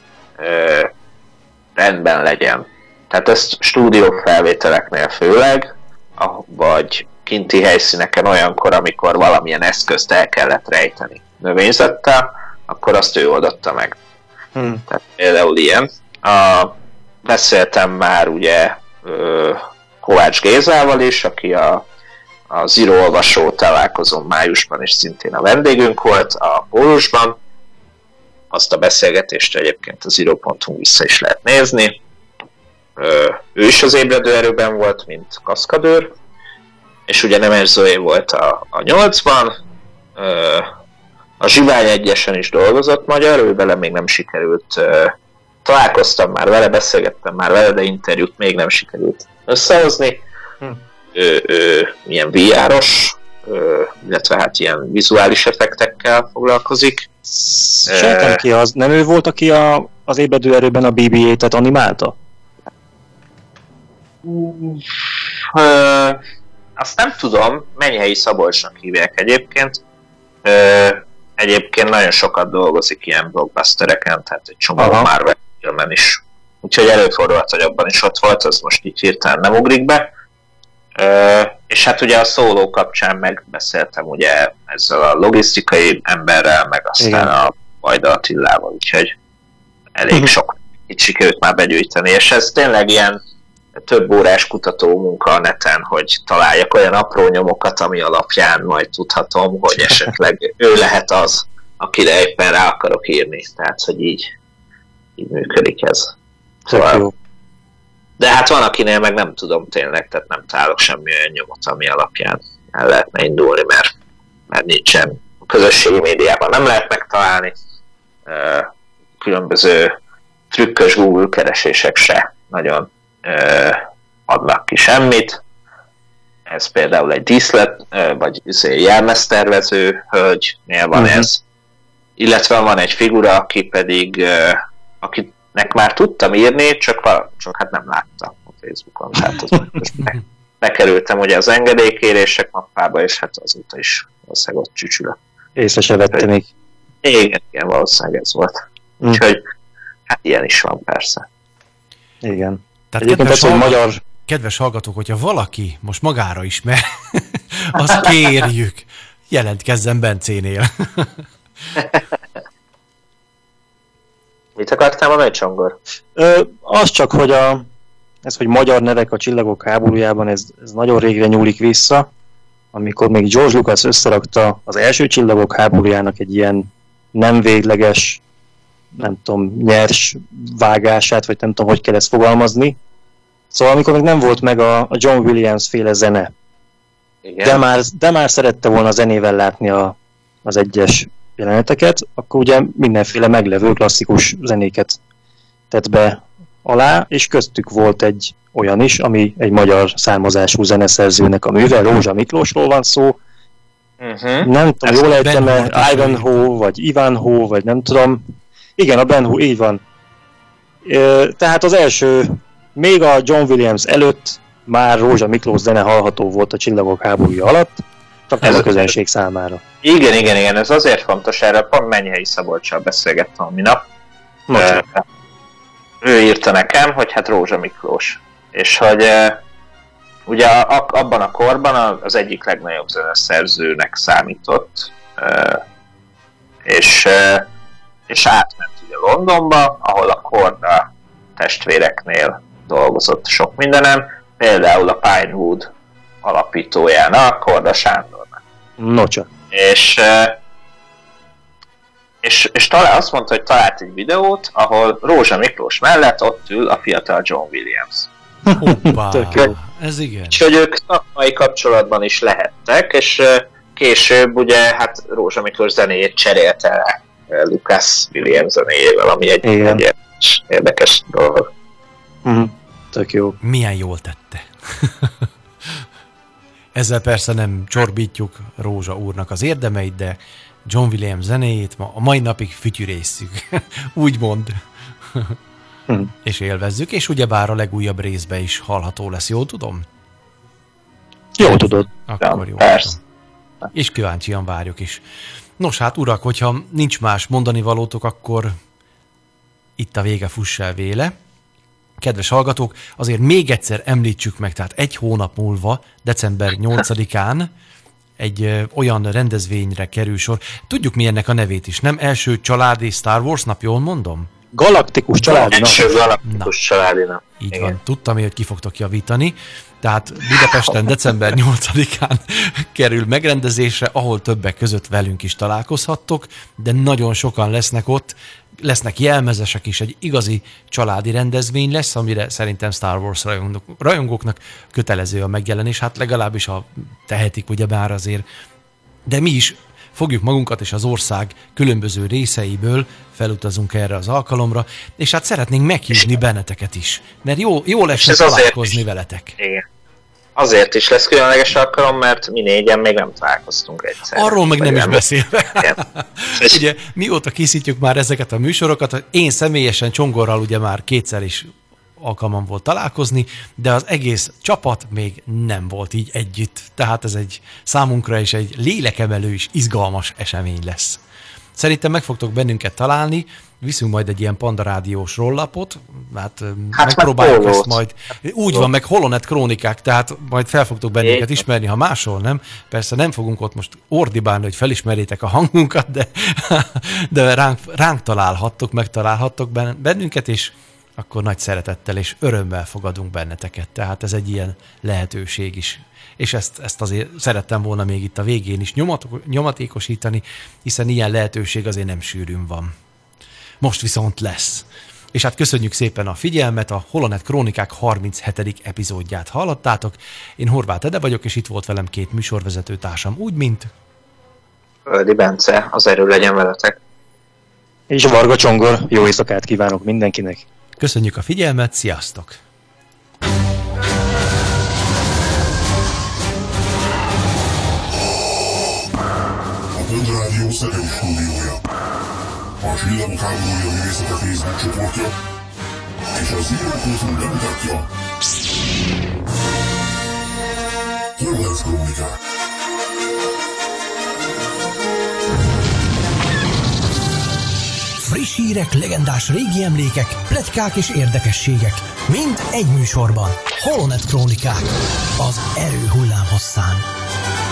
rendben legyen. Tehát ezt stúdiófelvételeknél főleg, vagy kinti helyszíneken olyankor, amikor valamilyen eszközt el kellett rejteni növényzettel, akkor azt ő oldotta meg. Tehát például ilyen. Beszéltem már ugye Kovács Gézával is, aki a Zero olvasó találkozón májusban is szintén a vendégünk volt a Pólusban, azt a beszélgetést egyébként az iro.hu vissza is lehet nézni. Ő is az ébredő erőben volt, mint kaszkadőr, és ugye Nemes Zoé volt a 8-ban, a Zsivány 1-esen is dolgozott magyar, ő vele még nem sikerült, találkoztam már vele, beszélgettem már vele, de interjút még nem sikerült összehozni. Ő ilyen VR-os, illetve hát ilyen vizuális effektekkel foglalkozik. Sejtem ki az, nem ő volt, aki az ébredő erőben a BB-8-et animálta? Azt nem tudom, Mennyhelyi Szabolcsnak hívják egyébként. Egyébként nagyon sokat dolgozik ilyen blockbustereken, tehát egy csomó Marvel filmen is. Úgyhogy előfordulhat, hogy abban is ott volt, az most így hirtelen nem ugrik be. És hát ugye a Solo kapcsán megbeszéltem ugye ezzel a logisztikai emberrel, meg aztán a Vajda Attilával, úgyhogy elég sok itt sikerült már begyűjteni, és ez tényleg ilyen több órás kutató munka a neten, hogy találjak olyan apró nyomokat, ami alapján majd tudhatom, hogy esetleg ő lehet az, akire éppen rá akarok írni. Tehát, hogy így működik ez. Szóval, de hát van, akinél meg nem tudom tényleg, tehát nem találok semmi olyan nyomot, ami alapján el lehetne indulni, mert nincsen. A közösségi médiában nem lehet megtalálni. Különböző trükkös Google keresések se nagyon adnak ki semmit. Ez például egy díszlet, vagy jelmeztervező hölgynél van ez. Illetve van egy figura, aki pedig, akinek már tudtam írni, csak hát nem látta a Facebookon. Tehát most bekerültem ugye az engedélykérések mappába, és hát azóta is valószínűleg ott csücsül. Észre se vette még. Igen, valószínűleg ez volt. Úgyhogy hát ilyen is van persze. Igen. Tehát kedves hallgatók, hogyha valaki most magára ismer, azt kérjük, jelentkezzen Bencénél. Mit akartál mondani, Csongor? Az csak, hogy hogy magyar nevek a Csillagok háborújában, ez nagyon régre nyúlik vissza, amikor még George Lucas összerakta az első Csillagok háborújának egy ilyen nem végleges, nem tudom, nyers vágását, vagy nem tudom, hogy kell ezt fogalmazni. Szóval amikor még nem volt meg a John Williams féle zene, de már szerette volna a zenével látni az egyes jeleneteket, akkor ugye mindenféle meglevő klasszikus zenéket tett be alá, és köztük volt egy olyan is, ami egy magyar származású zeneszerzőnek a műve, Rózsa Miklósról van szó. Nem tudom, jól ejtem-e, Ivanhoe, vagy Ivanhoe, vagy nem tudom. Igen, a Ben Hur, így van. Tehát az első, még a John Williams előtt már Rózsa Miklós zene hallható volt a Csillagok háborúja alatt, csak ez a közönség számára. Igen, ez azért fontos, erre pont Mennyhelyi Szabolccsal beszélgettem a minap. Ő írta nekem, hogy hát Rózsa Miklós. És hogy ugye abban a korban az egyik legnagyobb zeneszerzőnek számított, és átment ugye Londonba, ahol a Korda testvéreknél dolgozott sok mindenem, például a Pinewood alapítójának, Korda Sándornak. Nocsa. És azt mondta, hogy talált egy videót, ahol Rózsa Miklós mellett ott ül a fiatal John Williams. Hoppá, ez igen. És hogy ők szakmai kapcsolatban is lehettek, és később ugye hát Rózsa Miklós zenéjét cserélte el Lucas Williams zenéjével, ami egy érdekes dolog. Tök jó. Milyen jól tette. Ezzel persze nem csorbítjuk Rózsa úrnak az érdemeit, de John Williams zenéjét a mai napig fütyürésszük. Úgymond. És élvezzük, és ugyebár a legújabb részben is hallható lesz, jól tudom? Jól tudod. Akkor jó. Persze. És kíváncsian várjuk is. Nos hát urak, hogyha nincs más mondani valótok, akkor itt a vége, fuss el véle. Kedves hallgatók, azért még egyszer említsük meg, tehát egy hónap múlva, december 8-án egy olyan rendezvényre kerül sor. Tudjuk mi ennek a nevét is, nem? Első családi Star Wars nap, jól mondom? Galaktikus családi nap. Első galaktikus családi nap. Így van, tudtam én, hogy ki fogtok javítani. Tehát Budapesten december 8-án kerül megrendezésre, ahol többek között velünk is találkozhattok, de nagyon sokan lesznek ott, lesznek jelmezesek is, egy igazi családi rendezvény lesz, amire szerintem Star Wars rajongóknak kötelező a megjelenés, hát legalábbis ha tehetik ugyebár azért. De mi is fogjuk magunkat és az ország különböző részeiből felutazunk erre az alkalomra, és hát szeretnénk meghívni benneteket is, mert jó lesz találkozni veletek. Igen. Azért is lesz különleges alkalom, mert mi négyen még nem találkoztunk egyszer. Arról meg nem is beszélve. Ugye mióta készítjük már ezeket a műsorokat, én személyesen Csongorral ugye már kétszer is alkalmam volt találkozni, de az egész csapat még nem volt így együtt. Tehát ez egy számunkra is egy lélekemelő és izgalmas esemény lesz. Szerintem meg fogtok bennünket találni, viszünk majd egy ilyen Panda Rádiós rollapot, hát megpróbáljuk ezt majd. Úgy van, meg Holonet krónikák, tehát majd fel fogtok bennünket ismerni, ha máshol nem. Persze nem fogunk ott most ordibálni, hogy felismerjétek a hangunkat, de ránk találhattok, megtalálhattok bennünket, és akkor nagy szeretettel és örömmel fogadunk benneteket. Tehát ez egy ilyen lehetőség is. És ezt azért szerettem volna még itt a végén is nyomatékosítani, hiszen ilyen lehetőség azért nem sűrűn van. Most viszont lesz. És hát köszönjük szépen a figyelmet, a Holonet Krónikák 37. epizódját hallottátok. Én Horváth Ede vagyok, és itt volt velem két műsorvezető társam, úgy, mint... Öldi Bence, az erő legyen veletek. És Varga Csongor, jó éjszakát kívánok mindenkinek. Köszönjük a figyelmet, sziasztok! A Földrádió Szegedi stúdiója, a Csillagok háborúja művészete Facebook csoportja és az Zero bemutatja Holonet Krónikák. Friss hírek, legendás régi emlékek, pletykák és érdekességek. Mind egy műsorban. Holonet Krónikák. Az erő hullámhosszán.